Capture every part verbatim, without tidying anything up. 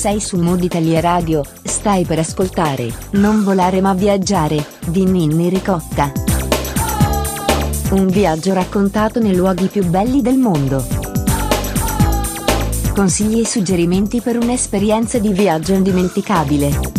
Sei su Mood Italia Radio, stai per ascoltare Non volare ma viaggiare, di Ninni Ricotta. Un viaggio raccontato nei luoghi più belli del mondo. Consigli e suggerimenti per un'esperienza di viaggio indimenticabile.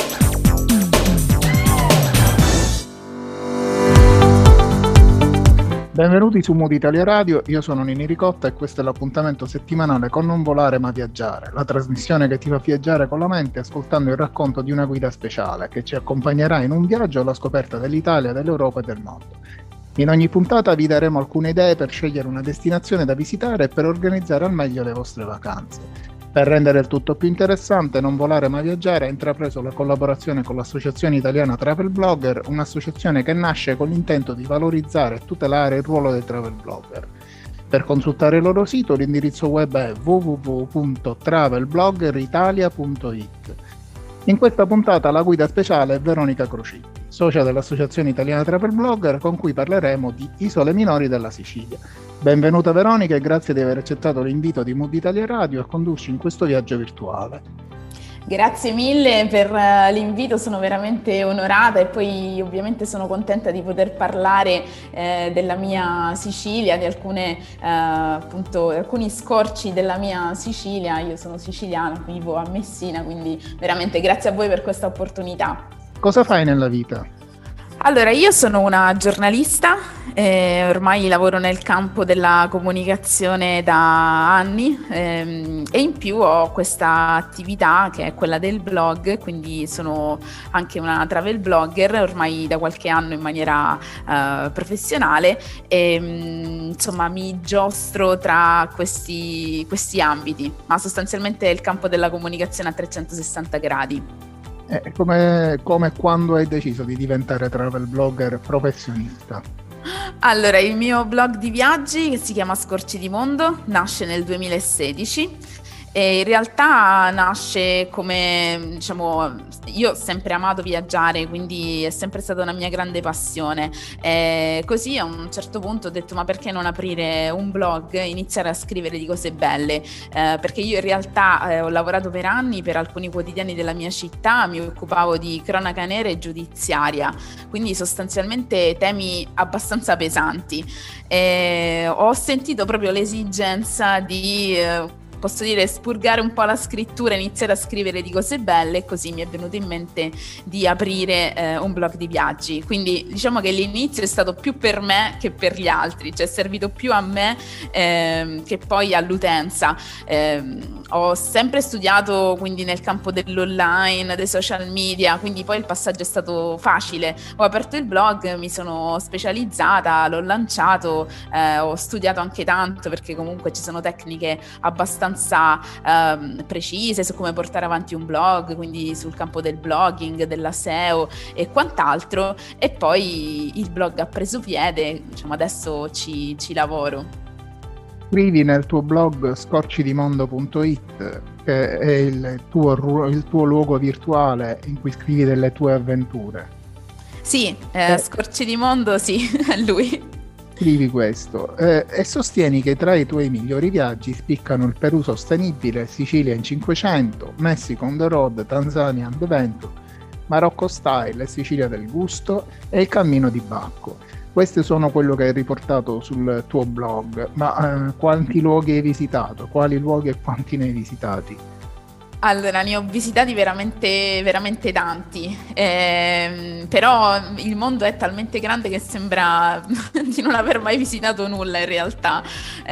Benvenuti su Mood Italia Radio, io sono Ninni Ricotta e questo è l'appuntamento settimanale con Non volare ma viaggiare, la trasmissione che ti fa viaggiare con la mente ascoltando il racconto di una guida speciale che ci accompagnerà in un viaggio alla scoperta dell'Italia, dell'Europa e del mondo. In ogni puntata vi daremo alcune idee per scegliere una destinazione da visitare e per organizzare al meglio le vostre vacanze. Per rendere il tutto più interessante, Non volare ma viaggiare ha intrapreso la collaborazione con l'Associazione Italiana Travel Blogger, un'associazione che nasce con l'intento di valorizzare e tutelare il ruolo dei travel blogger. Per consultare il loro sito, l'indirizzo web è w w w punto travel blogger italia punto i t. In questa puntata la guida speciale è Veronica Crocitti, socia dell'Associazione Italiana Travel Blogger, con cui parleremo di isole minori della Sicilia. Benvenuta Veronica e grazie di aver accettato l'invito di Mood Italia Radio a condurci in questo viaggio virtuale. Grazie mille per l'invito, sono veramente onorata e poi ovviamente sono contenta di poter parlare eh, della mia Sicilia, di alcune, eh, appunto, alcuni scorci della mia Sicilia. Io sono siciliana, vivo a Messina, quindi veramente grazie a voi per questa opportunità. Cosa fai nella vita? Allora, io sono una giornalista, eh, ormai lavoro nel campo della comunicazione da anni ehm, e in più ho questa attività che è quella del blog, quindi sono anche una travel blogger ormai da qualche anno in maniera eh, professionale e insomma mi giostro tra questi, questi ambiti, ma sostanzialmente è il campo della comunicazione a trecentosessanta gradi. Eh, come, come quando hai deciso di diventare travel blogger professionista? Allora, il mio blog di viaggi, che si chiama Scorci di Mondo, nasce nel duemilasedici e in realtà nasce come, diciamo, io ho sempre amato viaggiare, quindi è sempre stata una mia grande passione. E così a un certo punto ho detto: ma perché non aprire un blog e iniziare a scrivere di cose belle? Eh, perché io in realtà eh, ho lavorato per anni per alcuni quotidiani della mia città, mi occupavo di cronaca nera e giudiziaria, quindi sostanzialmente temi abbastanza pesanti. E ho sentito proprio l'esigenza di eh, posso dire spurgare un po' la scrittura, iniziare a scrivere di cose belle e così mi è venuto in mente di aprire eh, un blog di viaggi. Quindi diciamo che l'inizio è stato più per me che per gli altri, cioè è servito più a me eh, che poi all'utenza. Eh, ho sempre studiato quindi nel campo dell'online, dei social media, quindi poi il passaggio è stato facile. Ho aperto il blog, mi sono specializzata, l'ho lanciato, eh, ho studiato anche tanto perché comunque ci sono tecniche abbastanza Ehm, precise su come portare avanti un blog, quindi sul campo del blogging, della S E O e quant'altro, e poi il blog ha preso piede, diciamo adesso ci, ci lavoro. Scrivi nel tuo blog scorci di mondo punto i t, che è il tuo, il tuo luogo virtuale in cui scrivi delle tue avventure. Sì, eh, Scorci di Mondo, sì, è lui. Scrivi questo eh, e sostieni che tra i tuoi migliori viaggi spiccano il Perù sostenibile, Sicilia in cinquecento, Messico on the road, Tanzania on the venture, Marocco style, Sicilia del gusto e il cammino di Bacco. Questi sono quello che hai riportato sul tuo blog, ma eh, quanti luoghi hai visitato? Quali luoghi e quanti ne hai visitati? Allora, ne ho visitati veramente, veramente tanti, eh, però il mondo è talmente grande che sembra di non aver mai visitato nulla in realtà.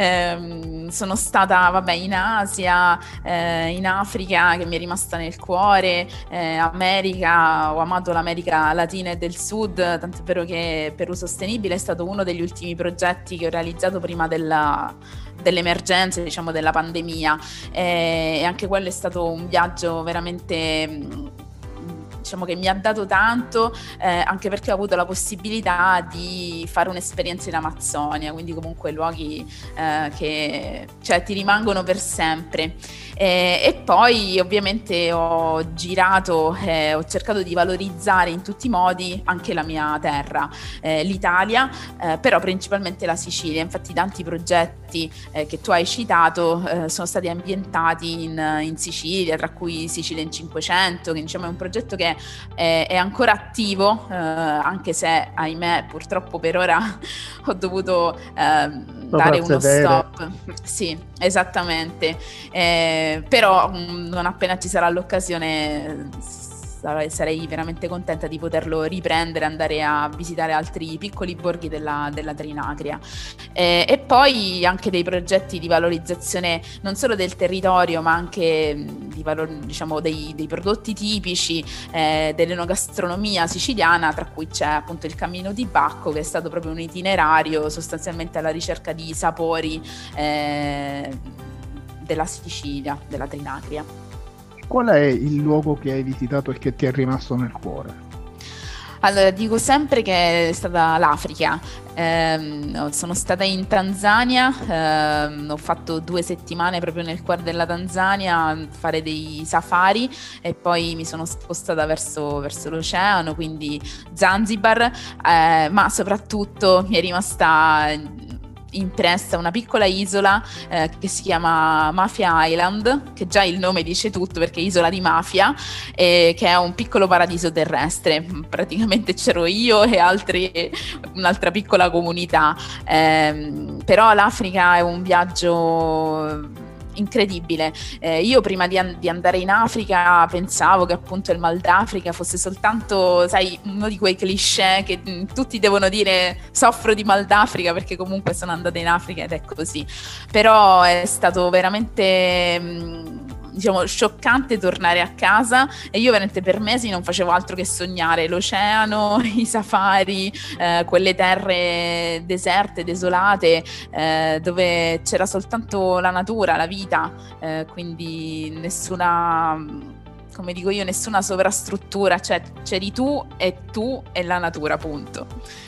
Eh, sono stata, vabbè, in Asia, eh, in Africa che mi è rimasta nel cuore, eh, America, ho amato l'America Latina e del Sud, tant'è vero che Perù Sostenibile è stato uno degli ultimi progetti che ho realizzato prima della... delle emergenze, diciamo, della pandemia, e anche quello è stato un viaggio veramente, diciamo che mi ha dato tanto, eh, anche perché ho avuto la possibilità di fare un'esperienza in Amazzonia, quindi comunque luoghi eh, che cioè, ti rimangono per sempre. E, e poi ovviamente ho girato, eh, ho cercato di valorizzare in tutti i modi anche la mia terra, eh, l'Italia, eh, però principalmente la Sicilia. Infatti tanti progetti eh, che tu hai citato eh, sono stati ambientati in, in Sicilia, tra cui Sicilia in cinquecento, che diciamo è un progetto che è, è ancora attivo, eh, anche se ahimè purtroppo per ora ho dovuto eh, dare uno stop. Sì, esattamente. Eh, però mh, non appena ci sarà l'occasione sarei veramente contenta di poterlo riprendere, andare a visitare altri piccoli borghi della, della Trinacria. Eh, e poi anche dei progetti di valorizzazione non solo del territorio, ma anche di valor, diciamo, dei, dei prodotti tipici, eh, dell'enogastronomia siciliana, tra cui c'è appunto il Cammino di Bacco, che è stato proprio un itinerario sostanzialmente alla ricerca di sapori eh, della Sicilia, della Trinacria. Qual è il luogo che hai visitato e che ti è rimasto nel cuore? Allora, dico sempre che è stata l'Africa. Eh, sono stata in Tanzania, eh, ho fatto due settimane proprio nel cuore della Tanzania a fare dei safari e poi mi sono spostata verso, verso l'oceano, quindi Zanzibar, eh, ma soprattutto mi è rimasta impressa una piccola isola eh, che si chiama Mafia Island, che già il nome dice tutto perché è isola di mafia, eh, che è un piccolo paradiso terrestre. Praticamente c'ero io e altri, un'altra piccola comunità, eh, però l'Africa è un viaggio incredibile. Eh, io prima di, an- di andare in Africa pensavo che appunto il Mal d'Africa fosse soltanto, sai, uno di quei cliché che mh, tutti devono dire soffro di Mal d'Africa perché comunque sono andata in Africa ed è così. Però è stato veramente mh, diciamo scioccante tornare a casa e io veramente per mesi non facevo altro che sognare l'oceano, i safari, eh, quelle terre deserte, desolate, eh, dove c'era soltanto la natura, la vita, eh, quindi nessuna, come dico io, nessuna sovrastruttura, cioè c'eri tu e tu e la natura, punto.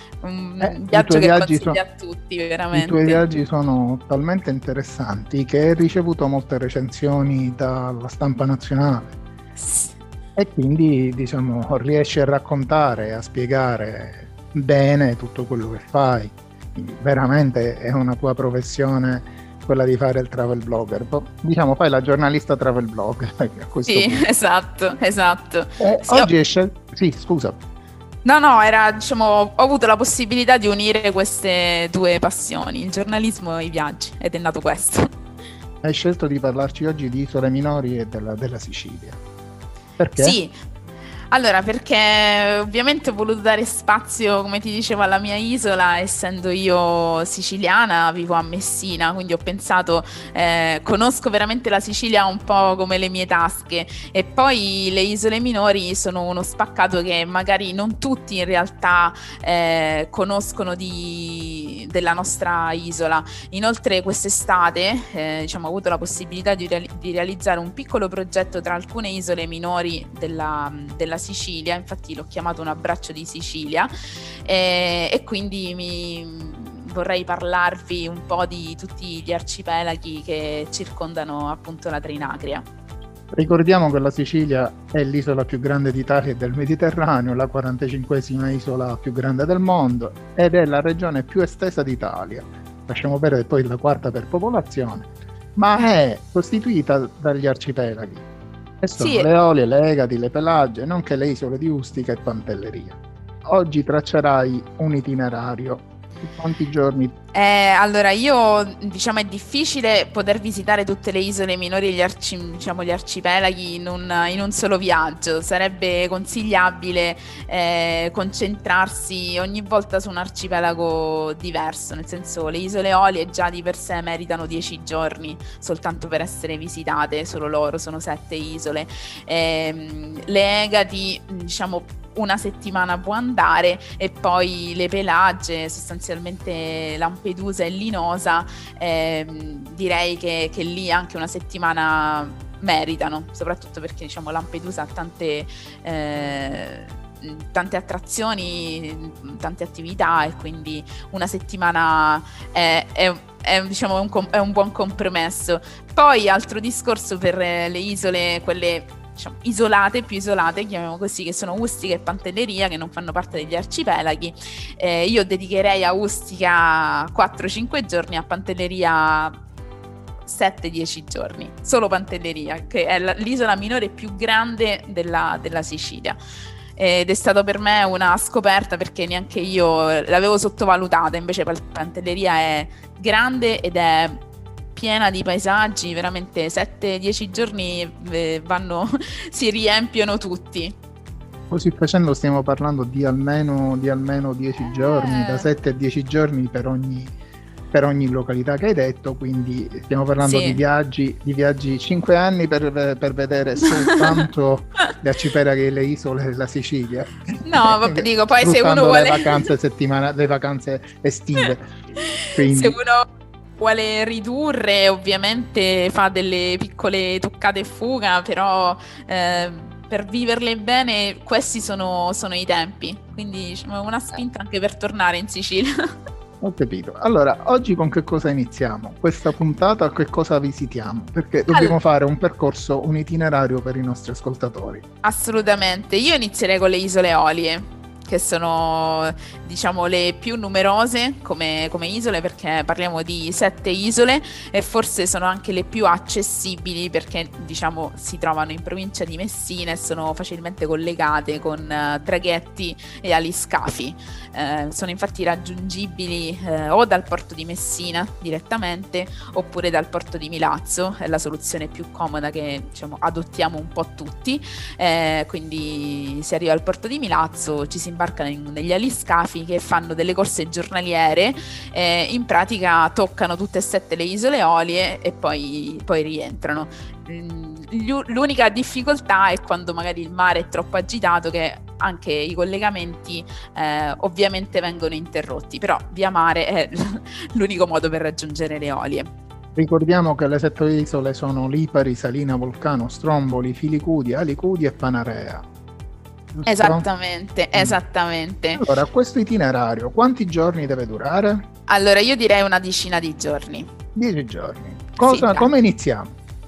Un eh, viaggio che consiglio sono, a tutti, veramente. I tuoi viaggi sono talmente interessanti che hai ricevuto molte recensioni dalla stampa nazionale. Sì. E quindi, diciamo, riesci a raccontare, a spiegare bene tutto quello che fai. Quindi veramente è una tua professione quella di fare il travel blogger. Diciamo, fai la giornalista travel blogger. A questo sì, punto. esatto, esatto. Eh, sì, oggi ho... è scelto... Sì, scusa. No, no, era, diciamo, ho avuto la possibilità di unire queste due passioni, il giornalismo e i viaggi, ed è nato questo. Hai scelto di parlarci oggi di isole minori e della, della Sicilia. Perché? Sì, allora perché ovviamente ho voluto dare spazio, come ti dicevo, alla mia isola, essendo io siciliana, vivo a Messina, quindi ho pensato, eh, conosco veramente la Sicilia un po' come le mie tasche, e poi le isole minori sono uno spaccato che magari non tutti in realtà eh, conoscono di, della nostra isola. Inoltre quest'estate eh, diciamo, ho avuto la possibilità di, reali- di realizzare un piccolo progetto tra alcune isole minori della, della Sicilia, infatti l'ho chiamato un abbraccio di Sicilia, e, e quindi mi vorrei parlarvi un po' di tutti gli arcipelaghi che circondano appunto la Trinacria. Ricordiamo che la Sicilia è l'isola più grande d'Italia e del Mediterraneo, la quarantacinquesima isola più grande del mondo ed è la regione più estesa d'Italia. Lasciamo perdere poi la quarta per popolazione, ma è costituita dagli arcipelaghi. E sono Sì. le Eolie, le Egadi, le Pelagie, nonché le isole di Ustica e Pantelleria. Oggi traccerai un itinerario. Quanti giorni? Eh, allora, io diciamo è difficile poter visitare tutte le isole minori e gli, arci, diciamo, gli arcipelaghi in un, in un solo viaggio. Sarebbe consigliabile eh, concentrarsi ogni volta su un arcipelago diverso, nel senso le isole Eolie già di per sé meritano dieci giorni soltanto per essere visitate, solo loro, sono sette isole. Eh, le Egadi, diciamo, una settimana può andare, e poi le Pelagie, sostanzialmente Lampedusa e Linosa, ehm, direi che, che lì anche una settimana meritano, soprattutto perché diciamo Lampedusa ha tante eh, tante attrazioni, tante attività, e quindi una settimana è, è, è, diciamo, un, è un buon compromesso. Poi altro discorso per le isole, quelle diciamo isolate, più isolate, chiamiamo così, che sono Ustica e Pantelleria, che non fanno parte degli arcipelaghi. Eh, io dedicherei a Ustica quattro cinque giorni, a Pantelleria sette dieci giorni, solo Pantelleria, che è la, l'isola minore più grande della, della Sicilia. Ed è stato per me una scoperta, perché neanche io l'avevo sottovalutata. Invece Pantelleria è grande ed è piena di paesaggi, veramente sette dieci giorni eh, vanno, si riempiono tutti. Così facendo stiamo parlando di almeno di almeno dieci eh. giorni, da sette a dieci giorni per ogni per ogni località che hai detto, quindi stiamo parlando sì. di viaggi di viaggi cinque anni per, per vedere soltanto gli arcipelaghi e le isole della Sicilia. No, vabbè, dico, poi se uno vuole le vacanze settimanali, le vacanze estive. Quindi... se uno vuole ridurre, ovviamente fa delle piccole toccate e fuga, però eh, per viverle bene questi sono, sono i tempi, quindi diciamo, una spinta anche per tornare in Sicilia. Ho capito. Allora, oggi con che cosa iniziamo? Questa puntata che cosa visitiamo? Perché dobbiamo allora, fare un percorso, un itinerario per i nostri ascoltatori. Assolutamente. Io inizierei con le Isole Eolie, che sono diciamo le più numerose come, come isole, perché parliamo di sette isole e forse sono anche le più accessibili, perché diciamo si trovano in provincia di Messina e sono facilmente collegate con uh, traghetti e aliscafi. Eh, sono infatti raggiungibili eh, o dal porto di Messina direttamente oppure dal porto di Milazzo, è la soluzione più comoda che diciamo adottiamo un po' tutti. Eh, quindi si arriva al porto di Milazzo, ci si imbarcano in, negli aliscafi che fanno delle corse giornaliere, eh, in pratica toccano tutte e sette le isole Eolie e poi, poi rientrano. L'unica difficoltà è quando magari il mare è troppo agitato, che anche i collegamenti eh, ovviamente vengono interrotti, però via mare è l'unico modo per raggiungere le Eolie. Ricordiamo che le sette isole sono Lipari, Salina, Vulcano, Stromboli, Filicudi, Alicudi e Panarea. Giusto? Esattamente, esattamente. Allora, questo itinerario quanti giorni deve durare? Allora, io direi una decina di giorni. Dieci giorni. Cosa, sì, come iniziamo?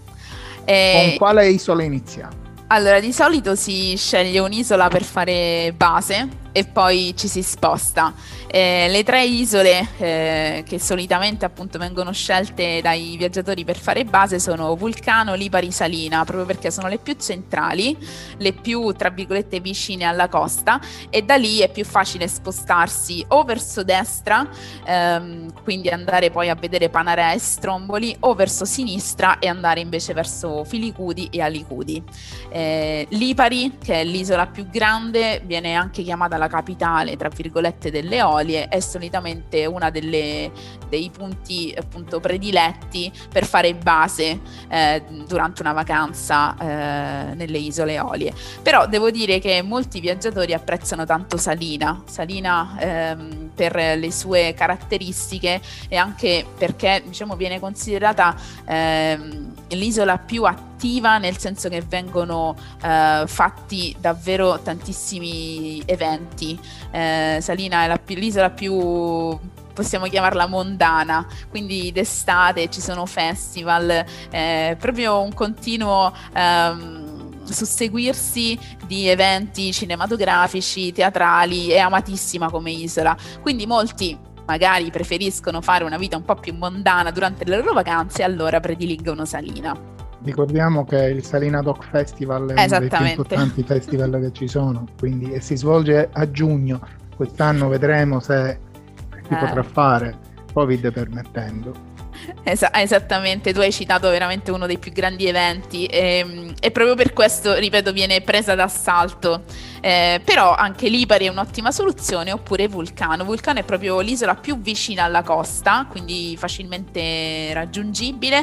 Eh, Con quale isola iniziamo? Allora, di solito si sceglie un'isola per fare base e poi ci si sposta. Eh, le tre isole eh, che solitamente appunto vengono scelte dai viaggiatori per fare base sono Vulcano, Lipari, Salina, proprio perché sono le più centrali, le più tra virgolette vicine alla costa, e da lì è più facile spostarsi o verso destra, ehm, quindi andare poi a vedere Panarea e Stromboli, o verso sinistra e andare invece verso Filicudi e Alicudi. Eh, Lipari, che è l'isola più grande, viene anche chiamata la capitale tra virgolette delle Eolie, è solitamente una delle dei punti appunto prediletti per fare base eh, durante una vacanza eh, nelle isole Eolie. Però devo dire che molti viaggiatori apprezzano tanto Salina Salina ehm, per le sue caratteristiche e anche perché diciamo viene considerata ehm, l'isola più attiva, nel senso che vengono eh, fatti davvero tantissimi eventi. eh, Salina è la più, l'isola più, possiamo chiamarla mondana, quindi d'estate ci sono festival, eh, proprio un continuo ehm, susseguirsi di eventi cinematografici, teatrali, è amatissima come isola, quindi molti magari preferiscono fare una vita un po' più mondana durante le loro vacanze e allora prediligono Salina. Ricordiamo che il Salina Doc Festival è uno dei più importanti festival che ci sono, quindi e si svolge a giugno. Quest'anno vedremo se si eh. potrà fare, Covid permettendo. Es- esattamente, tu hai citato veramente uno dei più grandi eventi e, e proprio per questo, ripeto, viene presa d'assalto. Eh, però anche Lipari è un'ottima soluzione, oppure Vulcano. Vulcano è proprio l'isola più vicina alla costa, quindi facilmente raggiungibile.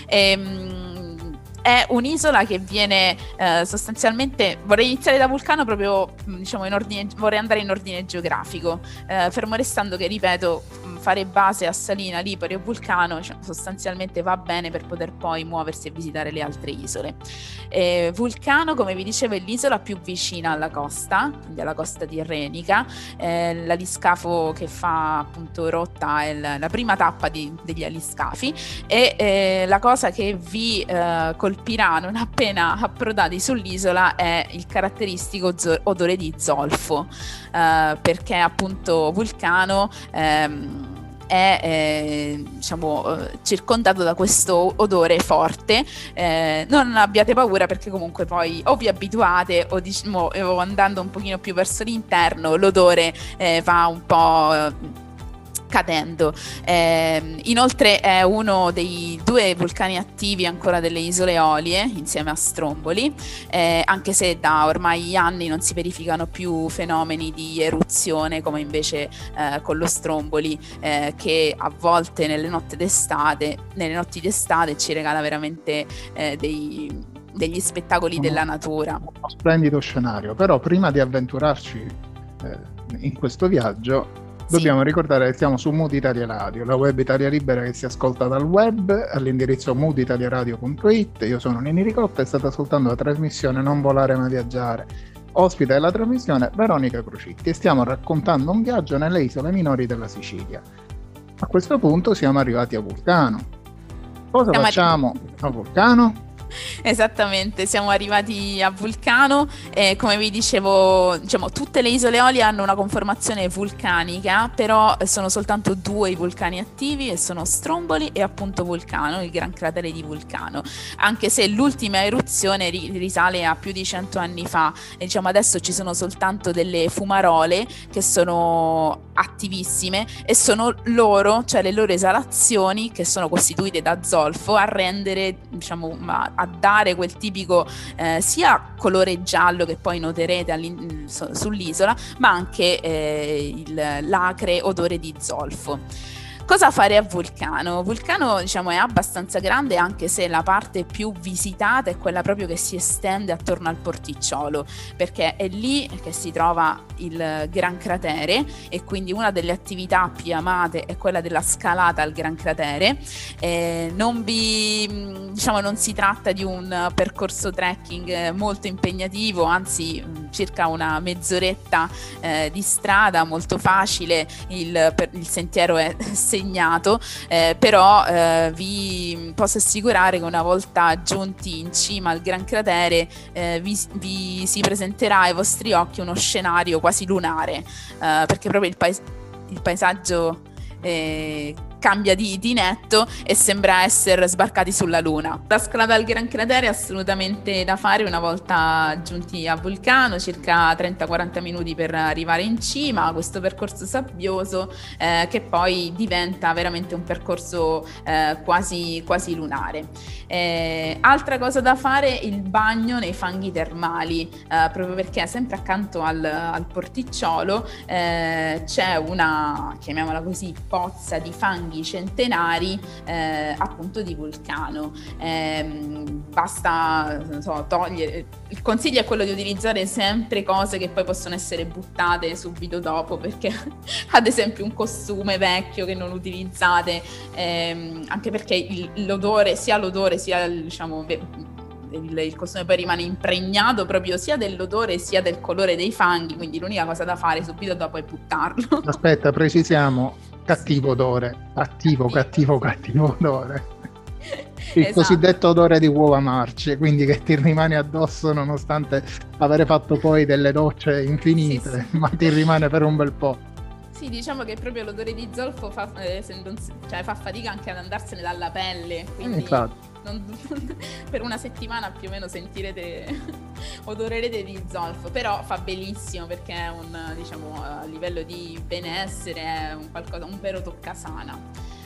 E, è un'isola che viene eh, sostanzialmente, vorrei iniziare da Vulcano proprio diciamo in ordine, vorrei andare in ordine geografico, eh, fermo restando che ripeto fare base a Salina, Lipari o Vulcano, cioè, sostanzialmente va bene per poter poi muoversi e visitare le altre isole. Eh, Vulcano, come vi dicevo, è l'isola più vicina alla costa, quindi alla costa tirrenica. Eh, l'aliscafo che fa appunto rotta è la, la prima tappa di, degli aliscafi, e eh, la cosa che vi eh, colpirà non appena approdati sull'isola è il caratteristico zo- odore di zolfo, eh, perché appunto Vulcano ehm, è eh, diciamo eh, circondato da questo odore forte. Eh, non abbiate paura, perché comunque poi o vi abituate o, diciamo, o andando un pochino più verso l'interno l'odore eh, va un po' eh, cadendo. Eh, inoltre è uno dei due vulcani attivi ancora delle isole Eolie insieme a Stromboli, eh, anche se da ormai anni non si verificano più fenomeni di eruzione come invece eh, con lo Stromboli, eh, che a volte nelle notti d'estate, nelle notti d'estate ci regala veramente eh, dei, degli spettacoli uno, della natura. Uno splendido scenario, però prima di avventurarci eh, in questo viaggio dobbiamo sì. ricordare che siamo su Mood Italia Radio, la web Italia Libera che si ascolta dal web all'indirizzo mood italia radio punto it. Io sono Nini Ricotta e state ascoltando la trasmissione Non volare ma viaggiare. Ospite della trasmissione Veronica Crucitti, e stiamo raccontando un viaggio nelle isole minori della Sicilia. A questo punto siamo arrivati a Vulcano. Cosa siamo facciamo arri- a Vulcano? Esattamente, siamo arrivati a Vulcano e come vi dicevo, diciamo, tutte le isole Eolie hanno una conformazione vulcanica, però sono soltanto due i vulcani attivi, e sono Stromboli e appunto Vulcano, il gran cratere di Vulcano, anche se l'ultima eruzione risale a più di cento anni fa, e diciamo adesso ci sono soltanto delle fumarole che sono attivissime, e sono loro, cioè le loro esalazioni, che sono costituite da zolfo, a rendere, diciamo, a dare quel tipico eh, sia colore giallo che poi noterete sull'isola, ma anche eh, il, l'acre odore di zolfo. Cosa fare a Vulcano? Vulcano, diciamo, è abbastanza grande, anche se la parte più visitata è quella proprio che si estende attorno al porticciolo, perché è lì che si trova il Gran Cratere, e quindi una delle attività più amate è quella della scalata al Gran Cratere. Eh, non vi, diciamo, non si tratta di un percorso trekking molto impegnativo, anzi circa una mezz'oretta eh, di strada, molto facile, il, per, il sentiero è segnato, eh, però eh, vi posso assicurare che una volta giunti in cima al Gran Cratere eh, vi, vi si presenterà ai vostri occhi uno scenario quasi lunare, eh, perché proprio il, pais- il paesaggio eh, cambia di, di netto e sembra essere sbarcati sulla Luna. La scalata al Gran Cratere è assolutamente da fare una volta giunti a Vulcano, circa trenta quaranta minuti per arrivare in cima, questo percorso sabbioso eh, che poi diventa veramente un percorso eh, quasi, quasi lunare. Eh, altra cosa da fare, il bagno nei fanghi termali, eh, proprio perché sempre accanto al, al porticciolo eh, c'è una, chiamiamola così, pozza di fanghi centenari eh, appunto di Vulcano. Eh, basta, non so, togliere. Il consiglio è quello di utilizzare sempre cose che poi possono essere buttate subito dopo, perché ad esempio un costume vecchio che non utilizzate, ehm, anche perché il, l'odore, sia l'odore sia il, diciamo Il, il costume poi rimane impregnato proprio sia dell'odore sia del colore dei fanghi, quindi l'unica cosa da fare subito dopo è buttarlo. Aspetta, precisiamo: cattivo odore, attivo, cattivo, cattivo odore. Il esatto. cosiddetto odore di uova marce, quindi che ti rimane addosso nonostante avere fatto poi delle docce infinite, sì, sì. ma ti rimane per un bel po'. Sì, diciamo che proprio l'odore di zolfo fa, eh, se non, cioè, fa fatica anche ad andarsene dalla pelle, quindi infatti. Non, per una settimana più o meno sentirete, odorerete di zolfo, però fa bellissimo perché è un, diciamo, a livello di benessere è un qualcosa, un vero toccasana.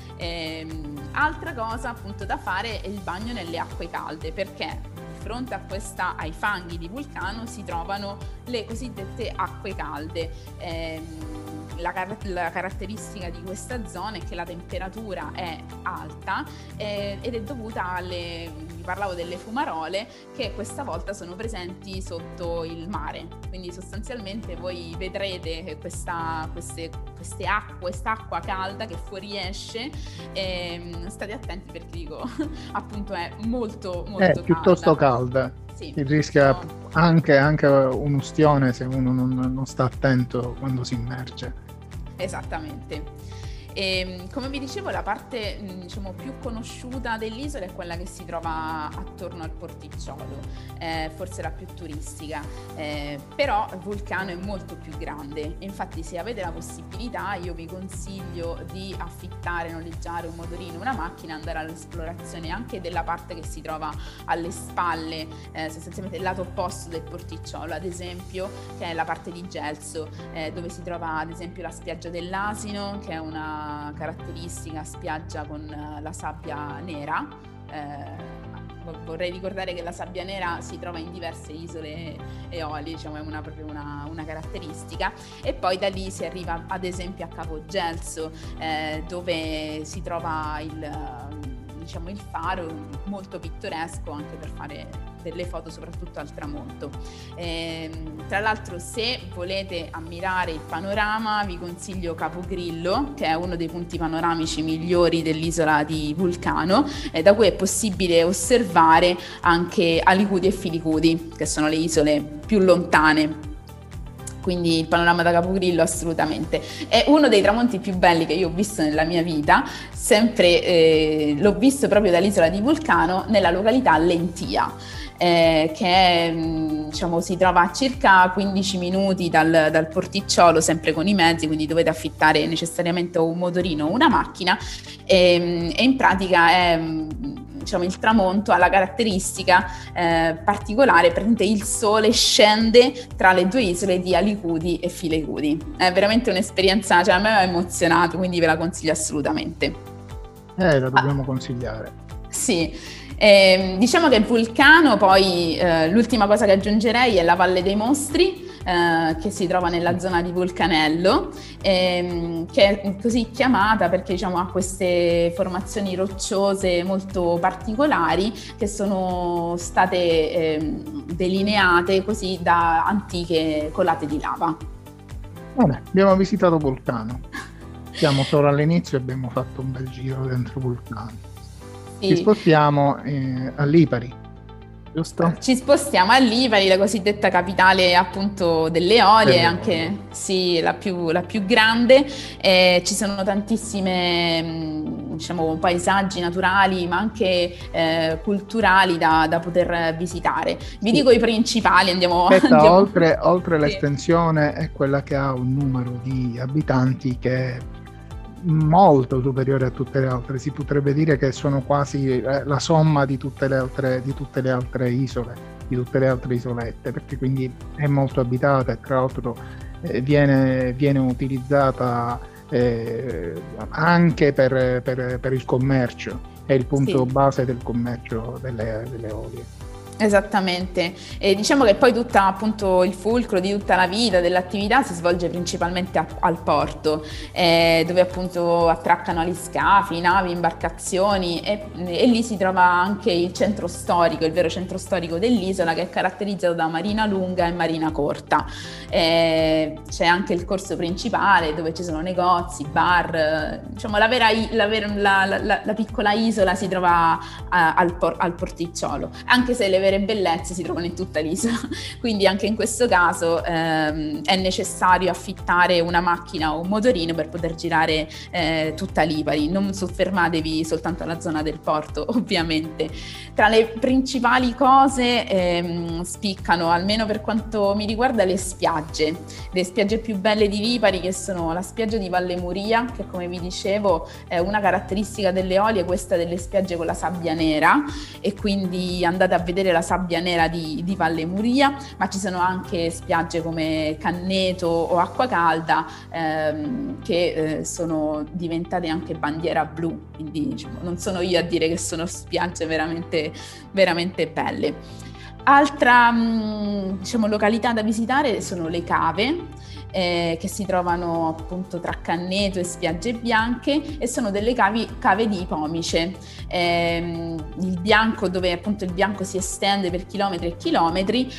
Ehm, altra cosa appunto da fare è il bagno nelle acque calde, perché di fronte a questa, ai fanghi di Vulcano si trovano le cosiddette acque calde. Ehm, la, car- la caratteristica di questa zona è che la temperatura è alta eh, ed è dovuta alle, vi parlavo delle fumarole che questa volta sono presenti sotto il mare, quindi sostanzialmente voi vedrete questa, queste, queste acque, quest'acqua calda che fuoriesce e state attenti perché dico appunto è molto molto è calda. piuttosto calda. Sì, si rischia no. anche, anche un'ustione se uno non, non sta attento quando si immerge. Esattamente. E, come vi dicevo, la parte diciamo più conosciuta dell'isola è quella che si trova attorno al porticciolo, eh, forse la più turistica, eh, però Vulcano è molto più grande. Infatti, se avete la possibilità, io vi consiglio di affittare, noleggiare un motorino, una macchina, andare all'esplorazione anche della parte che si trova alle spalle, eh, sostanzialmente il lato opposto del porticciolo, ad esempio, che è la parte di Gelso, eh, dove si trova ad esempio la spiaggia dell'Asino, che è una caratteristica spiaggia con la sabbia nera. Eh, vorrei ricordare che la sabbia nera si trova in diverse isole eolie, diciamo è una, proprio una, una caratteristica, e poi da lì si arriva ad esempio a Capo Gelso, eh, dove si trova il, diciamo, il faro molto pittoresco anche per fare delle foto soprattutto al tramonto. Eh, tra l'altro, se volete ammirare il panorama, vi consiglio Capo Grillo, che è uno dei punti panoramici migliori dell'isola di Vulcano, eh, da cui è possibile osservare anche Alicudi e Filicudi, che sono le isole più lontane. Quindi il panorama da Capogrillo assolutamente è uno dei tramonti più belli che io ho visto nella mia vita. Sempre eh, l'ho visto proprio dall'isola di Vulcano, nella località Lentia, eh, che è, diciamo, si trova a circa quindici minuti dal, dal porticciolo, sempre con i mezzi, quindi dovete affittare necessariamente un motorino o una macchina, e, e in pratica è, diciamo, il tramonto ha la caratteristica eh, particolare, praticamente il sole scende tra le due isole di Alicudi e Filicudi. È veramente un'esperienza, cioè a me ha emozionato, quindi ve la consiglio assolutamente. Eh, la dobbiamo ah, consigliare. Sì, eh, diciamo che Vulcano, poi eh, l'ultima cosa che aggiungerei è la Valle dei Mostri, Eh, che si trova nella zona di Vulcanello, ehm, che è così chiamata perché, diciamo, ha queste formazioni rocciose molto particolari che sono state ehm, delineate così da antiche colate di lava. Vabbè, abbiamo visitato Vulcano, siamo solo all'inizio e abbiamo fatto un bel giro dentro Vulcano. Sì. Ci spostiamo eh, a Lipari, giusto? Ci spostiamo a Lipari, la cosiddetta capitale appunto delle eolie, Delle anche eolie. sì, la più, la più grande. Eh, ci sono tantissime mh, diciamo paesaggi naturali ma anche eh, culturali da, da poter visitare. Vi Sì. dico i principali, andiamo, Aspetta, andiamo. oltre, oltre Sì. l'estensione è quella che ha un numero di abitanti che è molto superiore a tutte le altre. Si potrebbe dire che sono quasi eh, la somma di tutte le altre, di tutte le altre isole, di tutte le altre isolette, perché quindi è molto abitata e tra l'altro eh, viene, viene utilizzata eh, anche per, per, per il commercio, è il punto Sì. base del commercio delle, delle olie. Esattamente, e diciamo che poi tutta appunto il fulcro di tutta la vita dell'attività si svolge principalmente a, al porto, eh, dove appunto attraccano gli scafi, navi, imbarcazioni e, e lì si trova anche il centro storico, il vero centro storico dell'isola, che è caratterizzato da marina lunga e marina corta. Eh, c'è anche il corso principale dove ci sono negozi, bar, eh, diciamo la, vera, la, vera, la, la, la piccola isola si trova a, al, por, al porticciolo, anche se le vere bellezze si trovano in tutta l'isola, quindi anche in questo caso ehm, è necessario affittare una macchina o un motorino per poter girare eh, tutta Lipari. Non soffermatevi soltanto alla zona del porto, ovviamente. Tra le principali cose ehm, spiccano, almeno per quanto mi riguarda, le spiagge, le spiagge più belle di Lipari, che sono la spiaggia di Valle Muria, che come vi dicevo è una caratteristica delle eolie, questa delle spiagge con la sabbia nera, e quindi andate a vedere la sabbia nera di, di Valle Muria, ma ci sono anche spiagge come Canneto o Acqua Calda ehm, che eh, sono diventate anche bandiera blu, quindi diciamo, non sono io a dire che sono spiagge veramente, veramente belle. Altra mh, diciamo, località da visitare sono le cave. eh, che si trovano appunto tra Canneto e Spiagge Bianche, e sono delle cavi, cave di pomice. Eh, il bianco, dove appunto il bianco si estende per chilometri e chilometri,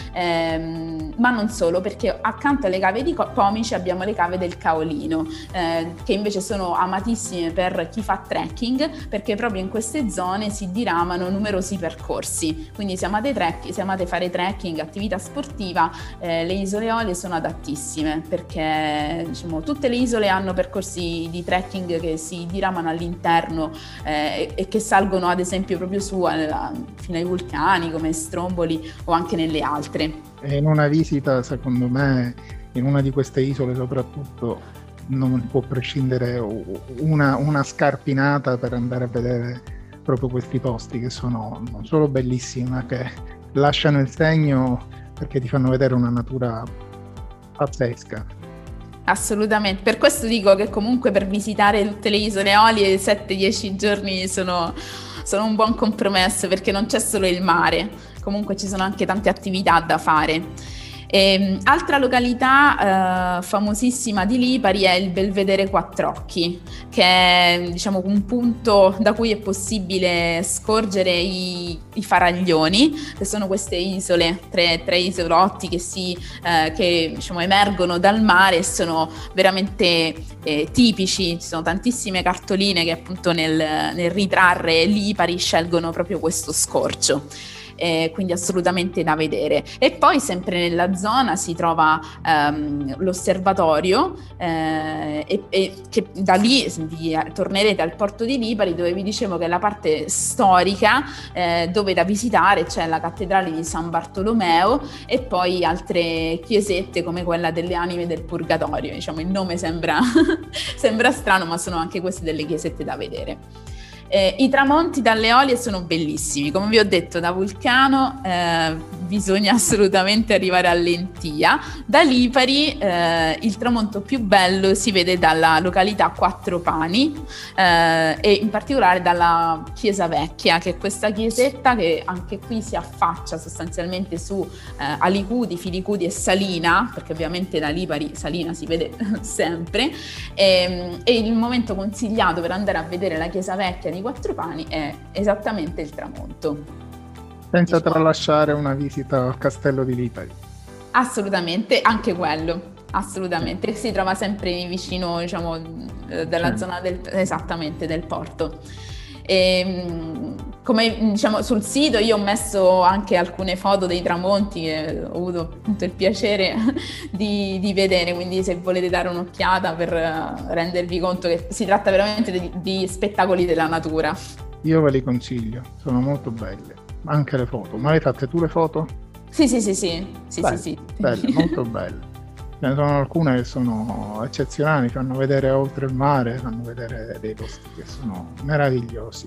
ehm, ma non solo, perché accanto alle cave di pomice abbiamo le cave del Caolino, eh, che invece sono amatissime per chi fa trekking, perché proprio in queste zone si diramano numerosi percorsi. Quindi se amate, trek, se amate fare trekking, attività sportiva, eh, le isole Eolie sono adattissime, perché diciamo, tutte le isole hanno percorsi di trekking che si diramano all'interno eh, e che salgono ad esempio proprio su alla, fino ai vulcani come Stromboli o anche nelle altre. E in una visita, secondo me, in una di queste isole soprattutto non può prescindere una, una scarpinata per andare a vedere proprio questi posti, che sono non solo bellissimi, ma che lasciano il segno, perché ti fanno vedere una natura pazzesca. Assolutamente, per questo dico che comunque per visitare tutte le isole Eolie sette dieci giorni sono, sono un buon compromesso, perché non c'è solo il mare, comunque ci sono anche tante attività da fare. E, altra località eh, famosissima di Lipari è il Belvedere Quattrocchi, che è diciamo un punto da cui è possibile scorgere i, i faraglioni, che sono queste isole, tre, tre isolotti che, si, eh, che diciamo, emergono dal mare e sono veramente eh, tipici. Ci sono tantissime cartoline che appunto nel, nel ritrarre Lipari scelgono proprio questo scorcio. Eh, quindi assolutamente da vedere. E poi sempre nella zona si trova ehm, l'osservatorio eh, e, e che da lì vi, tornerete al porto di Lipari, dove vi dicevo che è la parte storica eh, dove da visitare c'è la cattedrale di San Bartolomeo e poi altre chiesette come quella delle Anime del Purgatorio. Diciamo, il nome sembra, sembra strano, ma sono anche queste delle chiesette da vedere. Eh, I tramonti dalle Eolie sono bellissimi, come vi ho detto, da Vulcano eh, bisogna assolutamente arrivare a Lentia. Da Lipari eh, il tramonto più bello si vede dalla località Quattro Pani eh, e in particolare dalla Chiesa Vecchia, che è questa chiesetta che anche qui si affaccia sostanzialmente su eh, Alicudi, Filicudi e Salina, perché ovviamente da Lipari Salina si vede sempre, e, e il momento consigliato per andare a vedere la Chiesa Vecchia di Quattro Pani è esattamente il tramonto. Senza diciamo. tralasciare una visita al castello di Lipari. Assolutamente, anche quello, assolutamente. Si trova sempre vicino, diciamo, della sì. zona del, esattamente, del porto. E, come diciamo sul sito io ho messo anche alcune foto dei tramonti che ho avuto appunto il piacere di, di vedere, quindi se volete dare un'occhiata per rendervi conto che si tratta veramente di, di spettacoli della natura. Io ve li consiglio, sono molto belle, anche le foto. Ma le fatte tu le foto? Sì, sì, sì, sì, sì, belle, sì, sì. Belle, molto belle. Ce ne sono alcune che sono eccezionali, fanno vedere oltre il mare, fanno vedere dei posti che sono meravigliosi.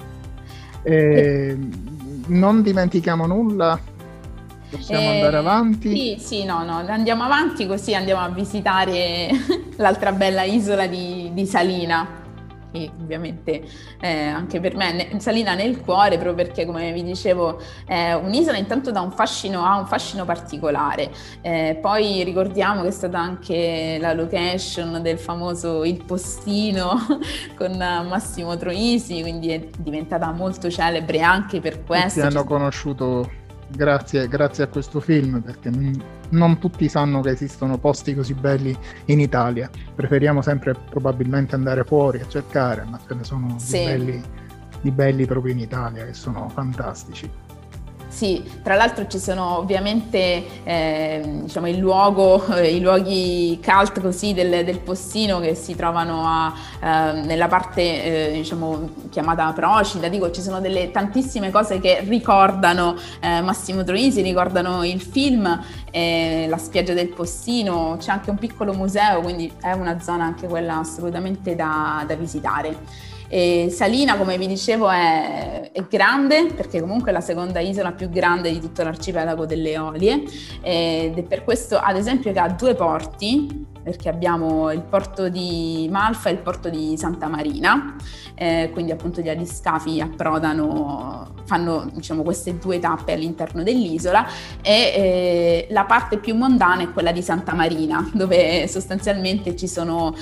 E non dimentichiamo nulla, possiamo eh, andare avanti? Sì, sì, no, no, andiamo avanti così andiamo a visitare l'altra bella isola di, di Salina. Che ovviamente eh, anche per me Salina nel cuore, proprio perché come vi dicevo è un'isola intanto da un fascino, ha un fascino particolare, eh, poi ricordiamo che è stata anche la location del famoso Il Postino con Massimo Troisi, quindi è diventata molto celebre anche per questo. Tutti hanno conosciuto grazie, grazie a questo film, perché non, non tutti sanno che esistono posti così belli in Italia. Preferiamo sempre probabilmente andare fuori a cercare, ma ce ne sono sì. di, belli, di belli proprio in Italia che sono fantastici. Sì, tra l'altro ci sono ovviamente eh, diciamo il luogo, eh, i luoghi cult così del, del Postino che si trovano a, eh, nella parte eh, diciamo chiamata Procida. Dico, ci sono delle tantissime cose che ricordano eh, Massimo Troisi, ricordano il film, eh, la spiaggia del Postino, c'è anche un piccolo museo, quindi è una zona anche quella assolutamente da, da visitare. E Salina, come vi dicevo, è, è grande, perché comunque è la seconda isola più grande di tutto l'arcipelago delle Eolie, ed è per questo ad esempio che ha due porti, perché abbiamo il porto di Malfa e il porto di Santa Marina, eh, quindi appunto gli aliscafi approdano, fanno diciamo queste due tappe all'interno dell'isola, e eh, la parte più mondana è quella di Santa Marina, dove sostanzialmente ci sono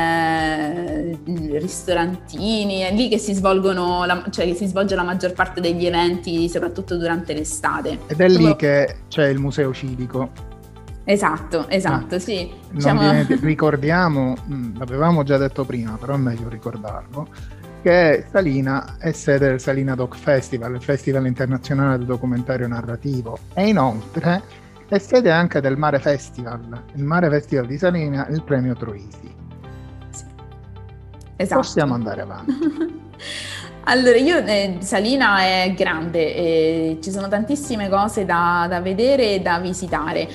eh, ristorantini, è lì che si svolgono, la, cioè che si svolge la maggior parte degli eventi, soprattutto durante l'estate. Ed è lì che c'è il museo civico. Esatto, esatto, ah, sì. Diciamo... Viene, ricordiamo, l'avevamo già detto prima, però è meglio ricordarlo, che Salina è sede del Salina Doc Festival, il Festival internazionale del documentario narrativo, e inoltre è sede anche del Mare Festival, il Mare Festival di Salina, il premio Troisi. Sì. Esatto. Possiamo andare avanti. Allora, io eh, Salina è grande, eh, ci sono tantissime cose da, da vedere e da visitare.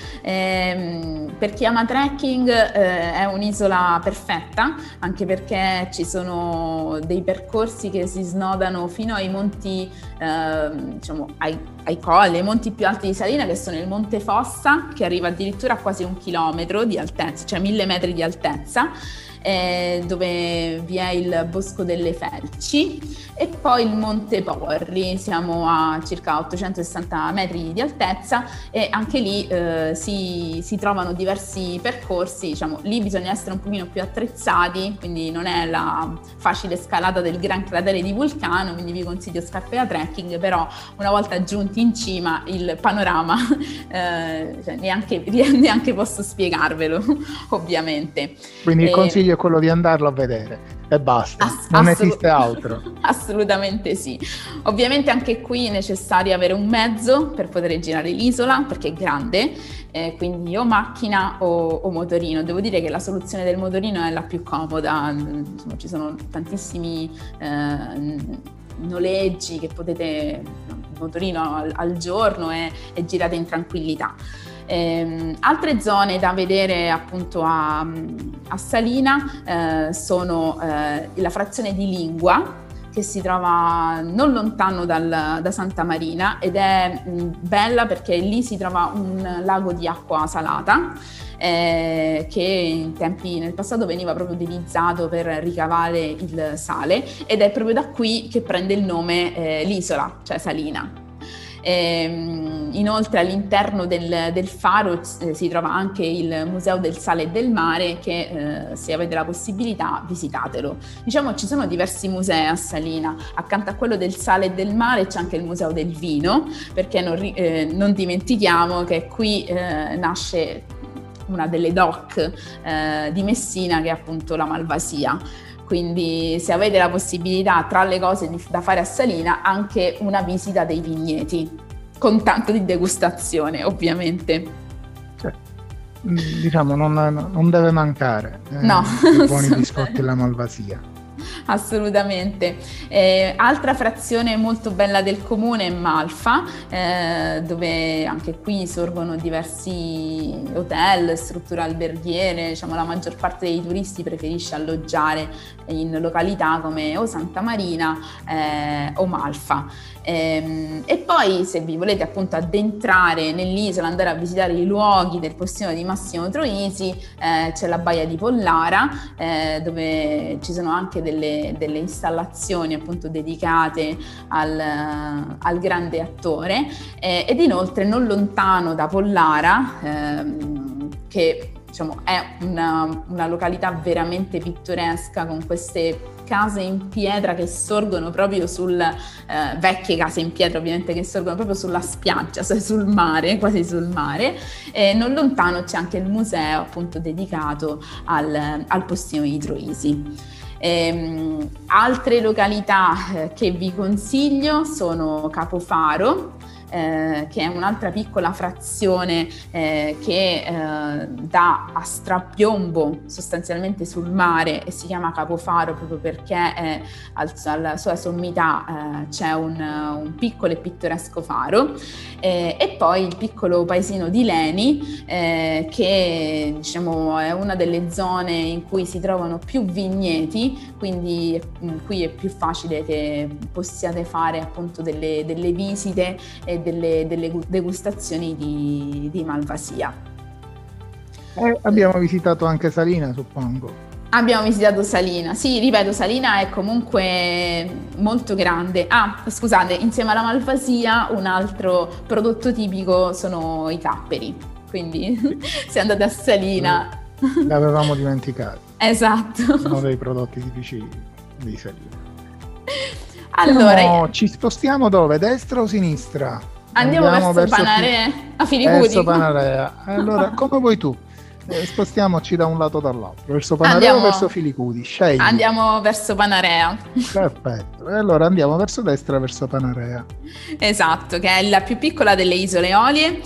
Eh, per chi ama trekking eh, è un'isola perfetta, anche perché ci sono dei percorsi che si snodano fino ai monti, eh, diciamo, ai, ai colli, ai monti più alti di Salina, che sono il Monte Fossa, che arriva addirittura a quasi un chilometro di altezza, cioè mille metri di altezza. Eh, dove vi è il Bosco delle Felci, e poi il Monte Porri, siamo a circa ottocentosessanta metri di altezza, e anche lì eh, si, si trovano diversi percorsi. Diciamo, lì bisogna essere un pochino più attrezzati, quindi non è la facile scalata del Gran Cratere di Vulcano, quindi vi consiglio scarpe da trekking, però una volta giunti in cima il panorama eh, cioè, neanche, neanche posso spiegarvelo ovviamente. Quindi il e, consiglio è quello di andarlo a vedere e basta, ass- non assolut- esiste altro. Assolutamente sì. Ovviamente anche qui è necessario avere un mezzo per poter girare l'isola, perché è grande, eh, quindi o macchina o, o motorino. Devo dire che la soluzione del motorino è la più comoda, insomma, ci sono tantissimi eh, noleggi che potete, il motorino al, al giorno, e, e girate in tranquillità. Eh, altre zone da vedere appunto a, a Salina eh, sono eh, la frazione di Lingua, che si trova non lontano dal, da Santa Marina, ed è mh, bella perché lì si trova un lago di acqua salata eh, che in tempi nel passato veniva proprio utilizzato per ricavare il sale, ed è proprio da qui che prende il nome eh, l'isola, cioè Salina. E, inoltre all'interno del, del faro eh, si trova anche il Museo del Sale e del Mare, che eh, se avete la possibilità visitatelo. Diciamo, ci sono diversi musei a Salina. Accanto a quello del Sale e del Mare c'è anche il Museo del Vino, perché non, eh, non dimentichiamo che qui eh, nasce una delle doc eh, di Messina, che è appunto la Malvasia. Quindi se avete la possibilità, tra le cose da fare a Salina, anche una visita dei vigneti, con tanto di degustazione ovviamente. Cioè, diciamo non, non deve mancare eh, no. i buoni biscotti della Malvasia. Assolutamente. Eh, altra frazione molto bella del comune è Malfa, eh, dove anche qui sorgono diversi hotel, strutture alberghiere. Diciamo, la maggior parte dei turisti preferisce alloggiare in località come o Santa Marina eh, o Malfa. E, e poi, se vi volete appunto addentrare nell'isola, andare a visitare i luoghi del postino di Massimo Troisi, eh, c'è la Baia di Pollara, eh, dove ci sono anche delle, delle installazioni appunto dedicate al, al grande attore, eh, ed inoltre non lontano da Pollara, ehm, che diciamo è una, una località veramente pittoresca, con queste case in pietra che sorgono proprio sul eh, vecchie case in pietra ovviamente, che sorgono proprio sulla spiaggia, cioè sul mare, quasi sul mare, e non lontano c'è anche il museo appunto dedicato al, al postino di Troisi. Ehm, altre località eh, che vi consiglio sono Capofaro, Eh, che è un'altra piccola frazione eh, che eh, dà a strapiombo sostanzialmente sul mare, e si chiama Capofaro proprio perché è al, alla sua sommità eh, c'è un, un piccolo e pittoresco faro, eh, e poi il piccolo paesino di Leni, eh, che diciamo è una delle zone in cui si trovano più vigneti, quindi mh, qui è più facile che possiate fare appunto delle, delle visite e Delle, delle degustazioni di, di Malvasia. Eh, abbiamo visitato anche Salina, suppongo. Abbiamo visitato Salina, sì, ripeto, Salina è comunque molto grande. Ah, scusate, insieme alla Malvasia un altro prodotto tipico sono i capperi, quindi se andate a Salina... L'avevamo dimenticato. Esatto. Uno dei prodotti tipici di Salina. Allora, no, ci spostiamo dove? Destra o sinistra? Andiamo, andiamo verso, verso Panarea, Fi- a Filicudi. Verso Panarea. Allora, come vuoi tu? Eh, spostiamoci da un lato dall'altro, verso Panarea andiamo, o verso Filicudi? Scegli. Andiamo verso Panarea. Perfetto, e allora andiamo verso destra, verso Panarea. Esatto, che è la più piccola delle isole Eolie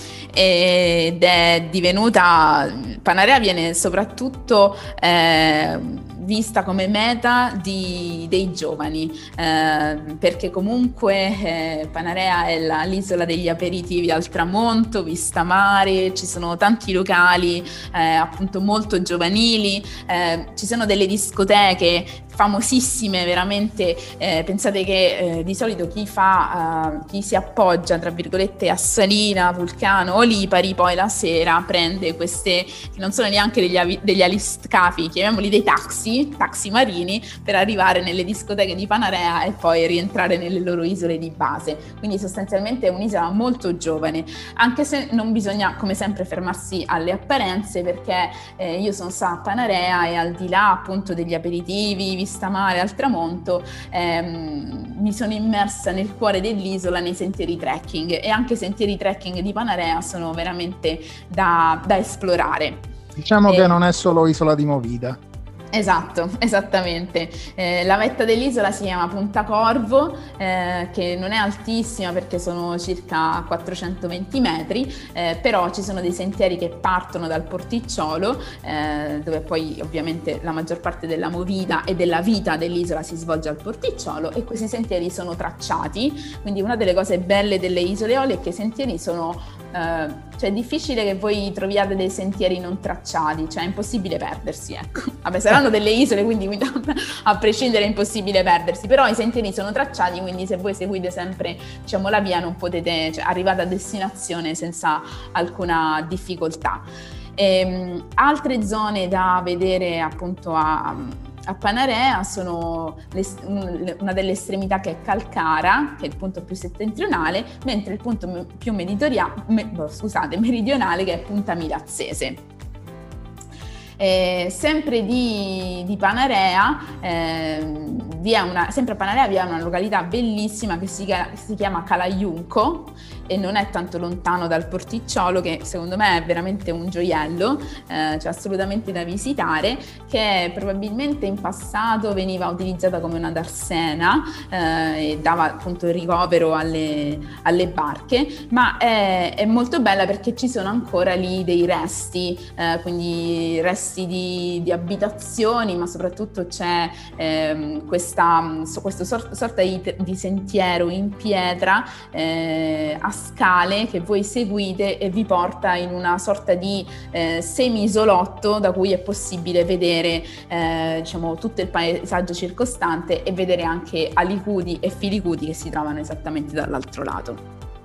ed è divenuta, Panarea viene soprattutto eh, vista come meta di, dei giovani, eh, perché comunque eh, Panarea è la, l'isola degli aperitivi al tramonto, vista mare, ci sono tanti locali eh, appunto molto giovanili, eh, ci sono delle discoteche famosissime veramente, eh, pensate che eh, di solito chi fa, uh, chi si appoggia tra virgolette a Salina, Vulcano o Lipari poi la sera prende queste, che non sono neanche degli, avi, degli aliscafi, chiamiamoli dei taxi, taxi marini, per arrivare nelle discoteche di Panarea e poi rientrare nelle loro isole di base, quindi sostanzialmente è un'isola molto giovane, anche se non bisogna come sempre fermarsi alle apparenze, perché eh, io sono stata a Panarea e al di là appunto degli aperitivi, vista mare al tramonto, ehm, mi sono immersa nel cuore dell'isola nei sentieri trekking, e anche i sentieri trekking di Panarea sono veramente da, da esplorare. Diciamo e... che non è solo isola di Movida. Esatto, esattamente. Eh, la vetta dell'isola si chiama Punta Corvo, eh, che non è altissima perché sono circa quattrocentoventi metri, eh, però ci sono dei sentieri che partono dal porticciolo, eh, dove poi ovviamente la maggior parte della movida e della vita dell'isola si svolge al porticciolo, e questi sentieri sono tracciati, quindi una delle cose belle delle isole Eolie è che i sentieri sono... Uh, cioè è difficile che voi troviate dei sentieri non tracciati, cioè è impossibile perdersi, ecco. Vabbè, saranno delle isole, quindi a prescindere è impossibile perdersi, però i sentieri sono tracciati, quindi se voi seguite sempre, diciamo, la via non potete, cioè arrivate a destinazione senza alcuna difficoltà. E, altre zone da vedere appunto a A Panarea sono una delle estremità che è Calcara, che è il punto più settentrionale, mentre il punto più meditoria, me, scusate, meridionale, che è Punta Milazzese. Eh, sempre di, di Panarea, eh, vi è una, sempre a Panarea vi è una località bellissima che si, si chiama Calaiunco, e non è tanto lontano dal porticciolo, che secondo me è veramente un gioiello, eh, cioè assolutamente da visitare, che probabilmente in passato veniva utilizzata come una darsena eh, e dava appunto il ricovero alle, alle barche, ma è, è molto bella perché ci sono ancora lì dei resti, eh, quindi resti di, di abitazioni, ma soprattutto c'è ehm, questa questo sort, sorta di, di sentiero in pietra eh, a scale che voi seguite e vi porta in una sorta di eh, semi-isolotto da cui è possibile vedere eh, diciamo tutto il paesaggio circostante e vedere anche Alicudi e Filicudi che si trovano esattamente dall'altro lato.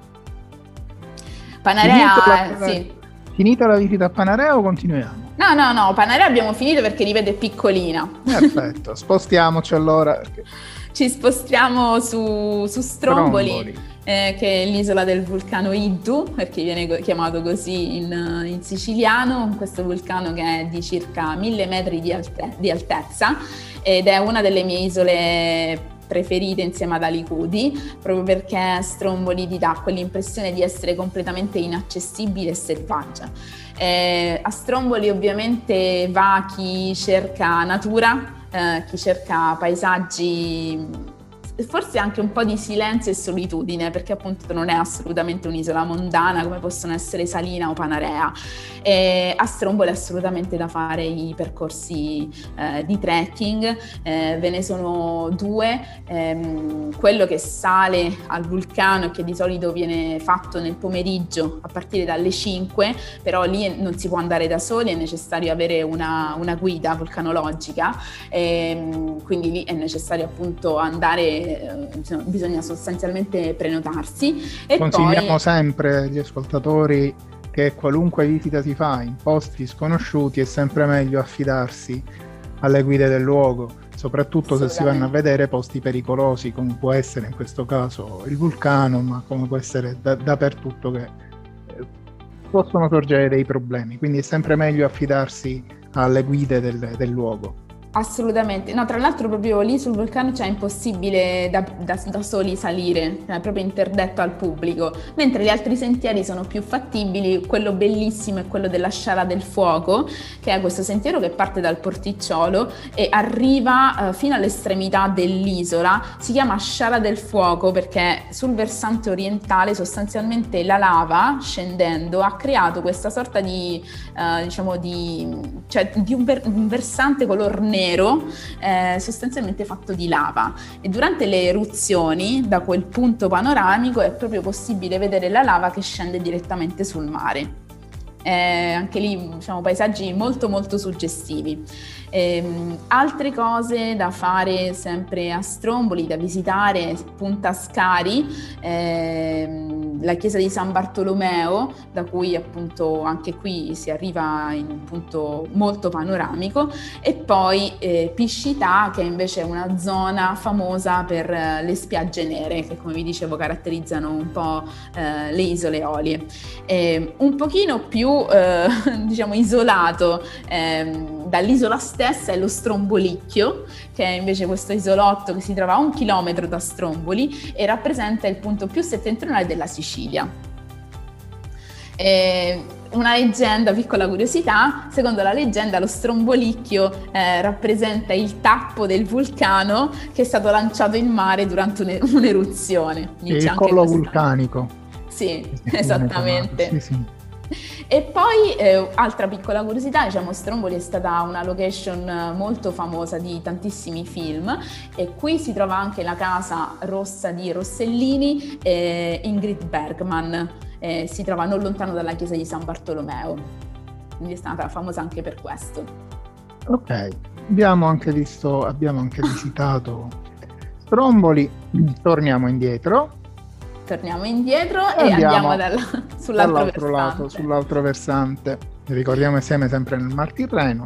Panarea, la, sì. Finita la visita a Panarea o continuiamo? No, no, no, Panarea abbiamo finito perché ripeto è piccolina. Perfetto, spostiamoci allora. Ci spostiamo su, su Stromboli. Stromboli. Eh, che è l'isola del vulcano Iddu, perché viene chiamato così in, in siciliano, questo vulcano che è di circa mille metri di, alte- di altezza, ed è una delle mie isole preferite insieme ad Alicudi, proprio perché Stromboli ti dà quell'impressione di essere completamente inaccessibile e selvaggia. Eh, a Stromboli ovviamente va chi cerca natura, eh, chi cerca paesaggi, forse anche un po' di silenzio e solitudine, perché appunto non è assolutamente un'isola mondana come possono essere Salina o Panarea. E a Stromboli è assolutamente da fare i percorsi eh, di trekking, eh, ve ne sono due, ehm, quello che sale al vulcano e che di solito viene fatto nel pomeriggio a partire dalle cinque, però lì non si può andare da soli, è necessario avere una, una guida vulcanologica, ehm, quindi lì è necessario appunto andare, bisogna sostanzialmente prenotarsi. E consigliamo poi... sempre agli ascoltatori che qualunque visita si fa in posti sconosciuti è sempre meglio affidarsi alle guide del luogo, soprattutto se si vanno a vedere posti pericolosi, come può essere in questo caso il vulcano, ma come può essere da- dappertutto che eh, possono sorgere dei problemi, quindi è sempre meglio affidarsi alle guide del, del luogo. Assolutamente, no, tra l'altro proprio lì sul vulcano c'è impossibile da, da, da soli salire, è proprio interdetto al pubblico, mentre gli altri sentieri sono più fattibili. Quello bellissimo è quello della Sciara del Fuoco, che è questo sentiero che parte dal porticciolo e arriva uh, fino all'estremità dell'isola. Si chiama Sciara del Fuoco perché sul versante orientale sostanzialmente la lava scendendo ha creato questa sorta di, uh, diciamo di, cioè, di un, ver- un versante color nero Eh, sostanzialmente fatto di lava, e durante le eruzioni da quel punto panoramico è proprio possibile vedere la lava che scende direttamente sul mare. Eh, anche lì diciamo paesaggi molto molto suggestivi. Eh, altre cose da fare sempre a Stromboli, da visitare: Punta Scari, eh, la chiesa di San Bartolomeo, da cui appunto anche qui si arriva in un punto molto panoramico, e poi eh, Piscità, che invece è una zona famosa per eh, le spiagge nere, che come vi dicevo caratterizzano un po' eh, le isole Eolie. Eh, un pochino più eh, diciamo isolato eh, dall'isola stessa è lo Strombolicchio, che è invece questo isolotto che si trova a un chilometro da Stromboli e rappresenta il punto più settentrionale della Sicilia. Eh, una leggenda, piccola curiosità: secondo la leggenda lo Strombolicchio eh, rappresenta il tappo del vulcano che è stato lanciato in mare durante un- un'eruzione. Il collo vulcanico. Sì, esattamente. Sì, sì. E poi eh, altra piccola curiosità, diciamo, Stromboli è stata una location molto famosa di tantissimi film, e qui si trova anche la casa rossa di Rossellini e Ingrid Bergman, eh, si trova non lontano dalla chiesa di San Bartolomeo, quindi è stata famosa anche per questo. Ok, abbiamo anche visto, abbiamo anche visitato Stromboli, torniamo indietro. Torniamo indietro e e andiamo, andiamo dalla, sull'altro dall'altro versante. lato, sull'altro versante. Ricordiamo insieme sempre nel Martirreno,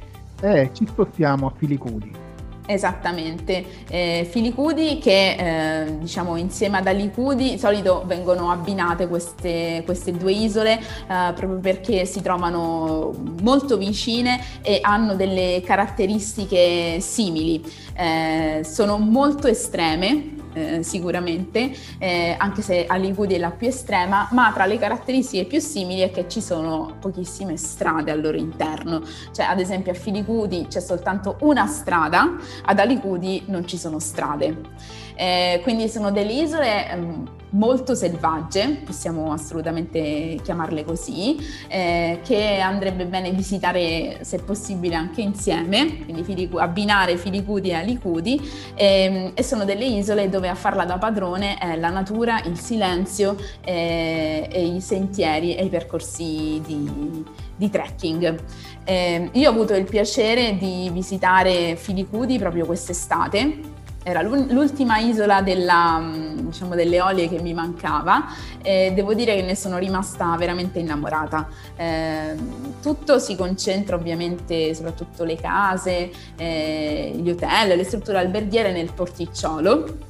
e ci spostiamo a Filicudi. Esattamente, eh, Filicudi che eh, diciamo insieme ad Alicudi di solito vengono abbinate queste, queste due isole eh, proprio perché si trovano molto vicine e hanno delle caratteristiche simili, eh, sono molto estreme. Eh, sicuramente, eh, anche se Alicudi è la più estrema, ma tra le caratteristiche più simili è che ci sono pochissime strade al loro interno. Cioè, ad esempio a Filicudi c'è soltanto una strada, ad Alicudi non ci sono strade. Eh, quindi sono delle isole ehm, molto selvagge, possiamo assolutamente chiamarle così, eh, che andrebbe bene visitare se possibile anche insieme, quindi Filicu- abbinare Filicudi e Alicudi, ehm, e sono delle isole dove a farla da padrone è la natura, il silenzio eh, e i sentieri e i percorsi di, di trekking. Eh, io ho avuto il piacere di visitare Filicudi proprio quest'estate. Era l'ultima isola della, diciamo, delle Eolie che mi mancava, e devo dire che ne sono rimasta veramente innamorata. Eh, tutto si concentra ovviamente, soprattutto le case, eh, gli hotel, le strutture alberghiere nel porticciolo,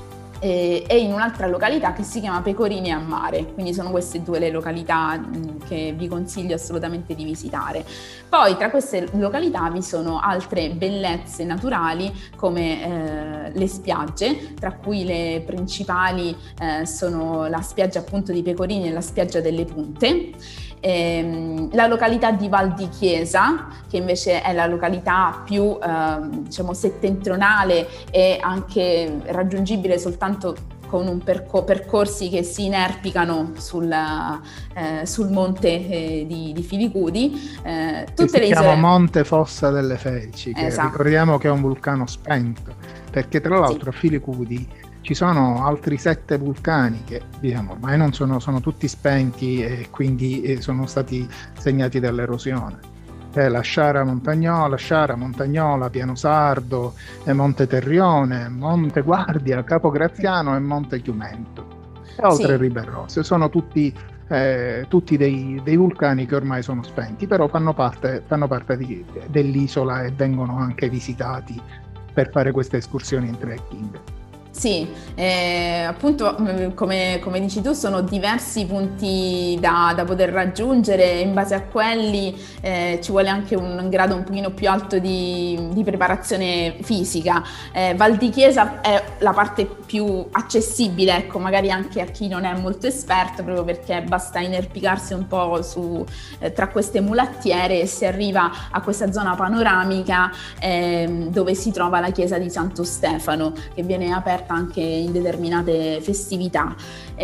e in un'altra località che si chiama Pecorini a Mare, quindi sono queste due le località mh, che vi consiglio assolutamente di visitare. Poi tra queste località vi sono altre bellezze naturali come eh, le spiagge, tra cui le principali eh, sono la spiaggia appunto di Pecorini e la spiaggia delle Punte. Ehm, la località di Val di Chiesa, che invece è la località più eh, diciamo settentrionale e anche raggiungibile soltanto con un percor- percorsi che si inerpicano sul, eh, sul monte eh, di, di Filicudi. Eh, tutte si le chiama isole... Monte Fossa delle Felici, che esatto. Ricordiamo che è un vulcano spento, perché tra l'altro sì. A Filicudi ci sono altri sette vulcani che diciamo ormai non sono, sono tutti spenti e quindi sono stati segnati dall'erosione. C'è la Sciara Montagnola, Sciara Montagnola, Piano Sardo, Monte Terrione, Monte Guardia, Capo Graziano e Monte Chiumento. e oltre Sì. il Riberrosse. Sono tutti, eh, tutti dei, dei vulcani che ormai sono spenti, però fanno parte, fanno parte di, dell'isola e vengono anche visitati per fare queste escursioni in trekking. Sì, eh, appunto come, come dici tu sono diversi punti da, da poter raggiungere, in base a quelli eh, ci vuole anche un grado un pochino più alto di, di preparazione fisica. Eh, Val di Chiesa è la parte più accessibile, ecco, magari anche a chi non è molto esperto, proprio perché basta inerpicarsi un po' su, eh, tra queste mulattiere e si arriva a questa zona panoramica eh, dove si trova la chiesa di Santo Stefano, che viene aperta anche in determinate festività.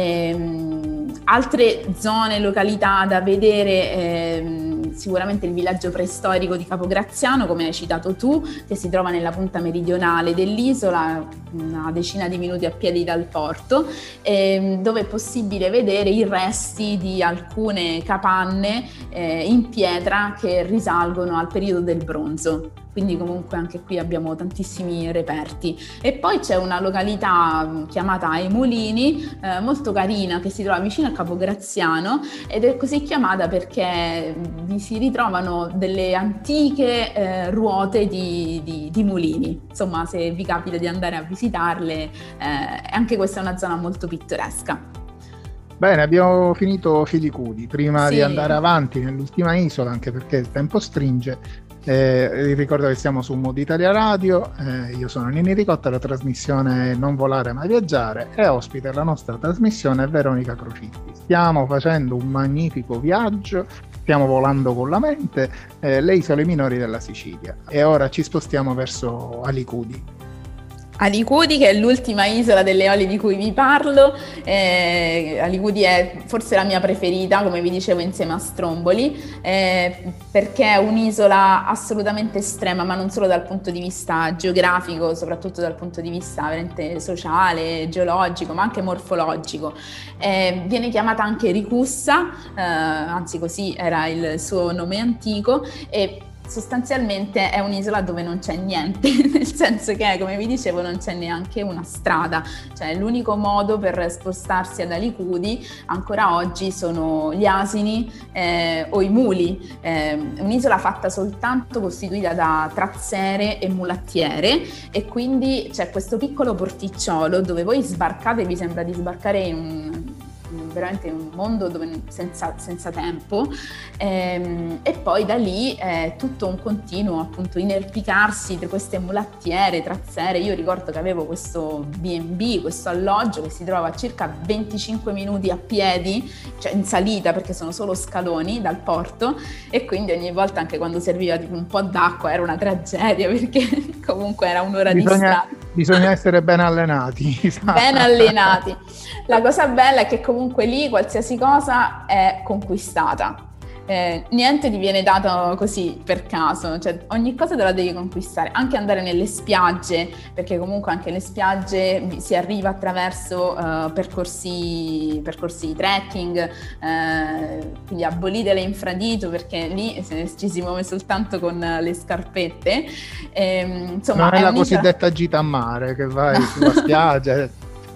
Ehm, altre zone, località da vedere, ehm, sicuramente il villaggio preistorico di Capograziano, come hai citato tu, che si trova nella punta meridionale dell'isola, una decina di minuti a piedi dal porto, ehm, dove è possibile vedere i resti di alcune capanne eh, in pietra che risalgono al periodo del bronzo. Quindi comunque anche qui abbiamo tantissimi reperti. E poi c'è una località chiamata Ai Mulini, eh, molto carina, che si trova vicino a Capograziano ed è così chiamata perché vi si ritrovano delle antiche eh, ruote di, di, di mulini. Insomma, se vi capita di andare a visitarle, eh, anche questa è una zona molto pittoresca. Bene, abbiamo finito Filicudi. Prima Sì. di andare avanti nell'ultima isola, anche perché il tempo stringe, eh, ricordo che siamo su Mood Italia Radio, eh, io sono Nini Ricotta, la trasmissione Non volare ma viaggiare, e ospite la nostra trasmissione è Veronica Crocitti. Stiamo facendo un magnifico viaggio, stiamo volando con la mente, eh, le isole minori della Sicilia, e ora ci spostiamo verso Alicudi. Alicudi, che è l'ultima isola delle Eolie di cui vi parlo. eh, Alicudi è forse la mia preferita, come vi dicevo, insieme a Stromboli, eh, perché è un'isola assolutamente estrema, ma non solo dal punto di vista geografico, soprattutto dal punto di vista veramente sociale, geologico, ma anche morfologico. Eh, viene chiamata anche Ricussa, eh, anzi così era il suo nome antico, e sostanzialmente è un'isola dove non c'è niente, nel senso che, come vi dicevo, non c'è neanche una strada, cioè l'unico modo per spostarsi ad Alicudi ancora oggi sono gli asini eh, o i muli. Eh, un'isola fatta soltanto costituita da trazzere e mulattiere, e quindi c'è questo piccolo porticciolo dove voi sbarcate, vi sembra di sbarcare in un veramente un mondo dove senza, senza tempo, ehm, e poi da lì è tutto un continuo, appunto, inerpicarsi tra queste mulattiere, trazzere. Io ricordo che avevo questo B and B, questo alloggio che si trova a circa venticinque minuti a piedi, cioè in salita, perché sono solo scaloni dal porto, e quindi ogni volta, anche quando serviva tipo un po' d'acqua, era una tragedia, perché comunque era un'ora bisogna, di strada. Bisogna essere ben allenati. Ben allenati. La cosa bella è che comunque lì qualsiasi cosa è conquistata. Eh, niente ti viene dato così per caso, cioè ogni cosa te la devi conquistare, anche andare nelle spiagge, perché comunque anche le spiagge si arriva attraverso uh, percorsi, percorsi di trekking, uh, quindi abolite le infradito, perché lì ci si muove soltanto con le scarpette. Eh, insomma, non è, è la un'isola... cosiddetta gita a mare che vai sulla spiaggia.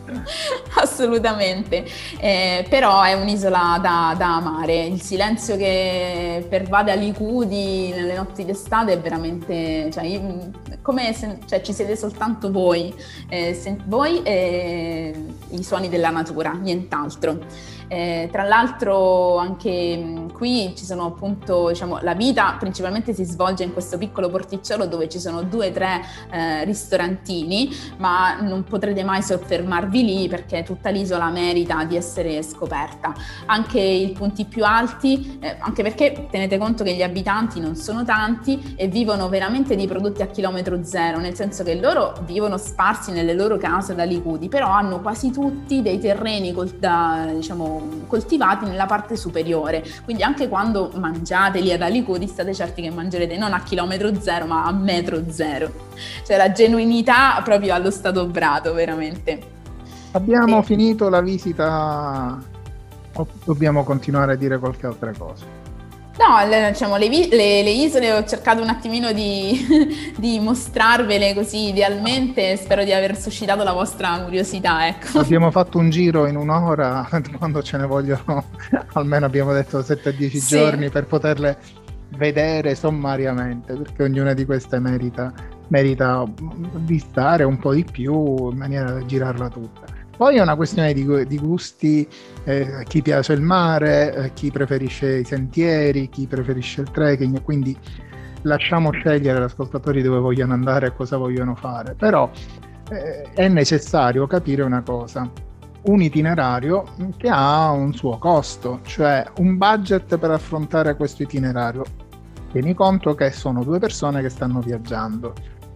Assolutamente, eh, però è un'isola da, da amare. Il silenzio che pervade Alicudi nelle notti d'estate è veramente, cioè, io, come se, cioè, ci siete soltanto voi, eh, se, voi e i suoni della natura, nient'altro. Eh, tra l'altro anche mh, qui ci sono, appunto, diciamo, la vita principalmente si svolge in questo piccolo porticciolo dove ci sono due o tre eh, ristorantini, ma non potrete mai soffermarvi lì perché tutta l'isola merita di essere scoperta. Anche i punti più alti, eh, anche perché tenete conto che gli abitanti non sono tanti e vivono veramente di prodotti a chilometro zero, nel senso che loro vivono sparsi nelle loro case da Alicudi, però hanno quasi tutti dei terreni col, da, diciamo, coltivati nella parte superiore, quindi anche quando mangiate lì ad Alicudi state certi che mangerete non a chilometro zero ma a metro zero, cioè la genuinità proprio allo stato brado, veramente. Abbiamo e... finito la visita o dobbiamo continuare a dire qualche altra cosa? No, le, diciamo, le, vi- le- le isole ho cercato un attimino di, di mostrarvele così idealmente, spero di aver suscitato la vostra curiosità, ecco. Abbiamo fatto un giro in un'ora, quando ce ne vogliono, almeno abbiamo detto sette dieci Sì. giorni per poterle vedere sommariamente, perché ognuna di queste merita, merita di stare un po' di più in maniera da girarla tutta. Poi è una questione di, gu- di gusti, eh, chi piace il mare, eh, chi preferisce i sentieri, chi preferisce il trekking, quindi lasciamo scegliere agli ascoltatori dove vogliono andare e cosa vogliono fare, però eh, è necessario capire una cosa: un itinerario che ha un suo costo, cioè un budget per affrontare questo itinerario. Tieni conto che sono due persone che stanno viaggiando.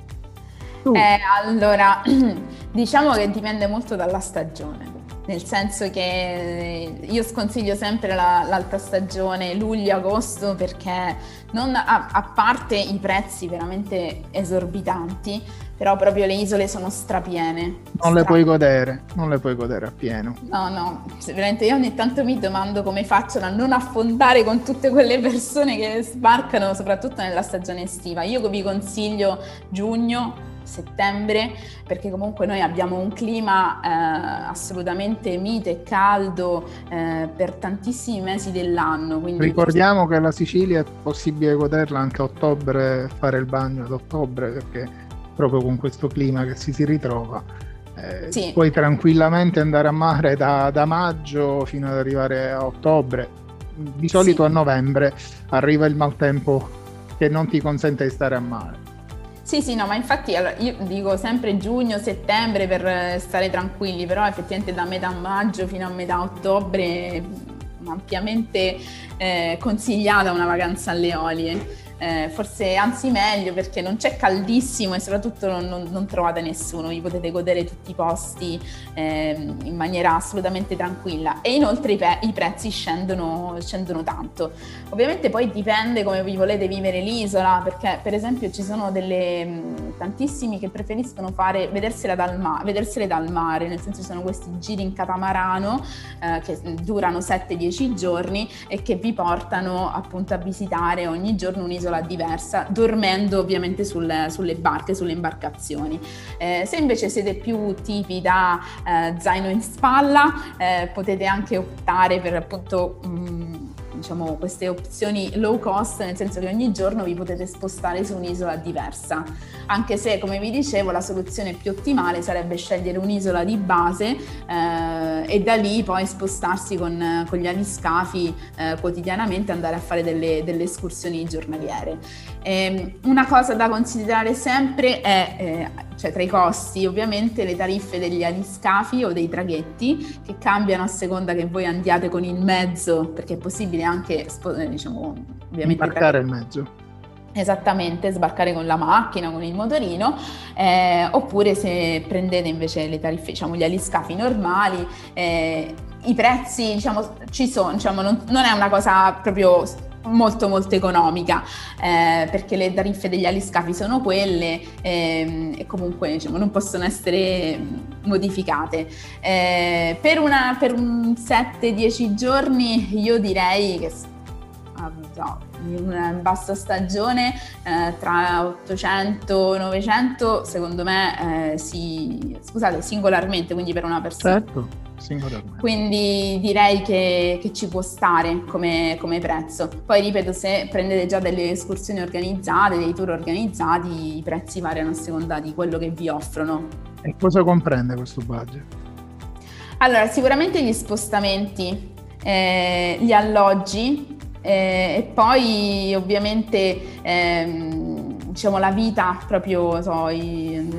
Tu, Eh, allora, diciamo che dipende molto dalla stagione, nel senso che io sconsiglio sempre la- l'alta stagione, luglio-agosto, perché non, a, a parte i prezzi veramente esorbitanti, però proprio le isole sono strapiene. non le stra- puoi godere, non le puoi godere appieno. No, no, se- veramente io ogni tanto mi domando come facciano a non affondare con tutte quelle persone che sbarcano, soprattutto nella stagione estiva. Io vi consiglio giugno, settembre, perché comunque noi abbiamo un clima eh, assolutamente mite e caldo eh, per tantissimi mesi dell'anno. Quindi Ricordiamo che la Sicilia è possibile goderla anche a ottobre, fare il bagno ad ottobre, perché proprio con questo clima che si, si ritrova, eh, Sì. puoi tranquillamente andare a mare da, da maggio fino ad arrivare a ottobre. Di solito Sì. a novembre arriva il maltempo che non ti consente di stare a mare. Sì, sì, no, ma infatti allora, io dico sempre giugno, settembre per eh, stare tranquilli, però effettivamente da metà maggio fino a metà ottobre è ampiamente eh, consigliata una vacanza alle Eolie. Eh, forse anzi meglio, perché non c'è caldissimo e soprattutto non, non- non trovate nessuno, vi potete godere tutti i posti ehm, in maniera assolutamente tranquilla, e inoltre i, pe- i prezzi scendono, scendono tanto. Ovviamente poi dipende come vi volete vivere l'isola, perché per esempio ci sono delle mh, tantissimi che preferiscono fare vedersela dal ma- vedersele dal mare, nel senso ci sono questi giri in catamarano eh, che durano sette dieci giorni e che vi portano appunto a visitare ogni giorno un'isola diversa, dormendo ovviamente sul- sulle barche, sulle imbarcazioni. Eh, se invece siete più tipi da eh, zaino in spalla, eh, potete anche optare per appunto mh, diciamo queste opzioni low cost, nel senso che ogni giorno vi potete spostare su un'isola diversa, anche se, come vi dicevo, la soluzione più ottimale sarebbe scegliere un'isola di base eh, e da lì poi spostarsi con, con gli aliscafi eh, quotidianamente, andare a fare delle, delle escursioni giornaliere. Ehm, una cosa da considerare sempre è, eh, cioè tra i costi, ovviamente le tariffe degli aliscafi o dei traghetti, che cambiano a seconda che voi andiate con il mezzo, perché è possibile anche, spo- eh, diciamo, ovviamente Imbarcare il mezzo. Esattamente, sbarcare con la macchina, con il motorino, eh, oppure se prendete invece le tariffe, diciamo gli aliscafi normali, eh, i prezzi, diciamo, ci sono, diciamo, non, non è una cosa proprio molto molto economica, eh, perché le tariffe degli aliscafi sono quelle ehm, e comunque, diciamo, non possono essere modificate. Eh, per una, per un sette dieci giorni io direi che ah, no, in una bassa stagione eh, tra ottocento novecento secondo me eh, si, scusate, singolarmente, quindi per una persona. Certo, singolarmente. Quindi direi che, che ci può stare come, come prezzo. Poi ripeto, se prendete già delle escursioni organizzate, dei tour organizzati, i prezzi variano a seconda di quello che vi offrono. E cosa comprende questo budget? Allora, sicuramente gli spostamenti, eh, gli alloggi eh, e poi ovviamente ehm, diciamo la vita proprio, so, i,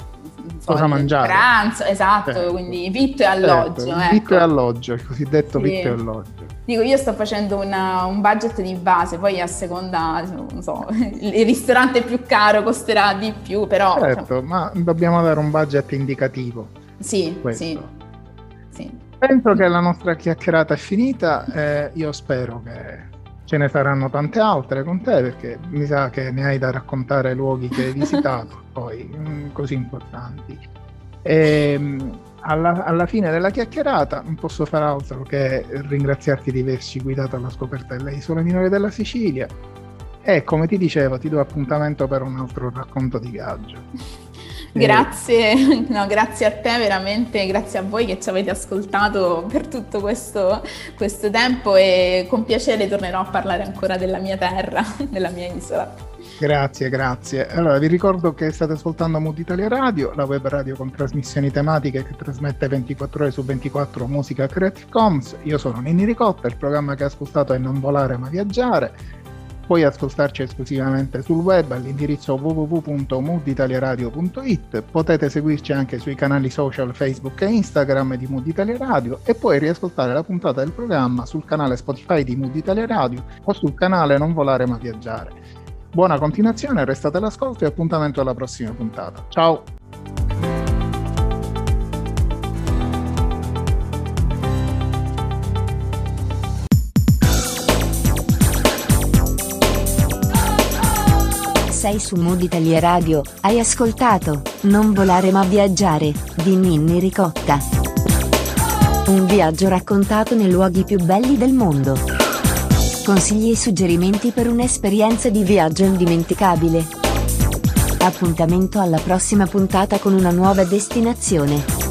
so, Cosa il mangiare. pranzo, esatto, Certo. quindi vitto e alloggio. Certo, ecco. vitto e alloggio, il cosiddetto Sì. vitto e alloggio. Dico, io sto facendo una- un budget di base, poi a seconda, non so, il ristorante più caro costerà di più, però Certo, ma dobbiamo dare un budget indicativo. sì, Questo. sì, sì. Penso che la nostra chiacchierata è finita, eh, io spero che ce ne saranno tante altre con te, perché mi sa che ne hai da raccontare luoghi che hai visitato, poi mm, così importanti. E, alla, alla fine della chiacchierata non posso fare altro che ringraziarti di averci guidato alla scoperta delle isole minori della Sicilia e, come ti dicevo, ti do appuntamento per un altro racconto di viaggio. Grazie, no, grazie a te veramente, grazie a voi che ci avete ascoltato per tutto questo, questo tempo, e con piacere tornerò a parlare ancora della mia terra, della mia isola. Grazie, grazie. Allora, vi ricordo che state ascoltando Mood Italia Radio, la web radio con trasmissioni tematiche che trasmette ventiquattro ore su ventiquattro musica Creative Commons. Io sono Ninni Ricotta, il programma che hai ascoltato è Non volare ma viaggiare. Puoi ascoltarci esclusivamente sul web all'indirizzo w w w punto mood italia radio punto i t. Potete seguirci anche sui canali social Facebook e Instagram di Mood Italia Radio, e puoi riascoltare la puntata del programma sul canale Spotify di Mood Italia Radio o sul canale Non volare ma viaggiare. Buona continuazione, restate all'ascolto e appuntamento alla prossima puntata. Ciao! Sei su Mood Italia Radio, hai ascoltato Non volare ma viaggiare di Ninni Ricotta. Un viaggio raccontato nei luoghi più belli del mondo. Consigli e suggerimenti per un'esperienza di viaggio indimenticabile. Appuntamento alla prossima puntata con una nuova destinazione.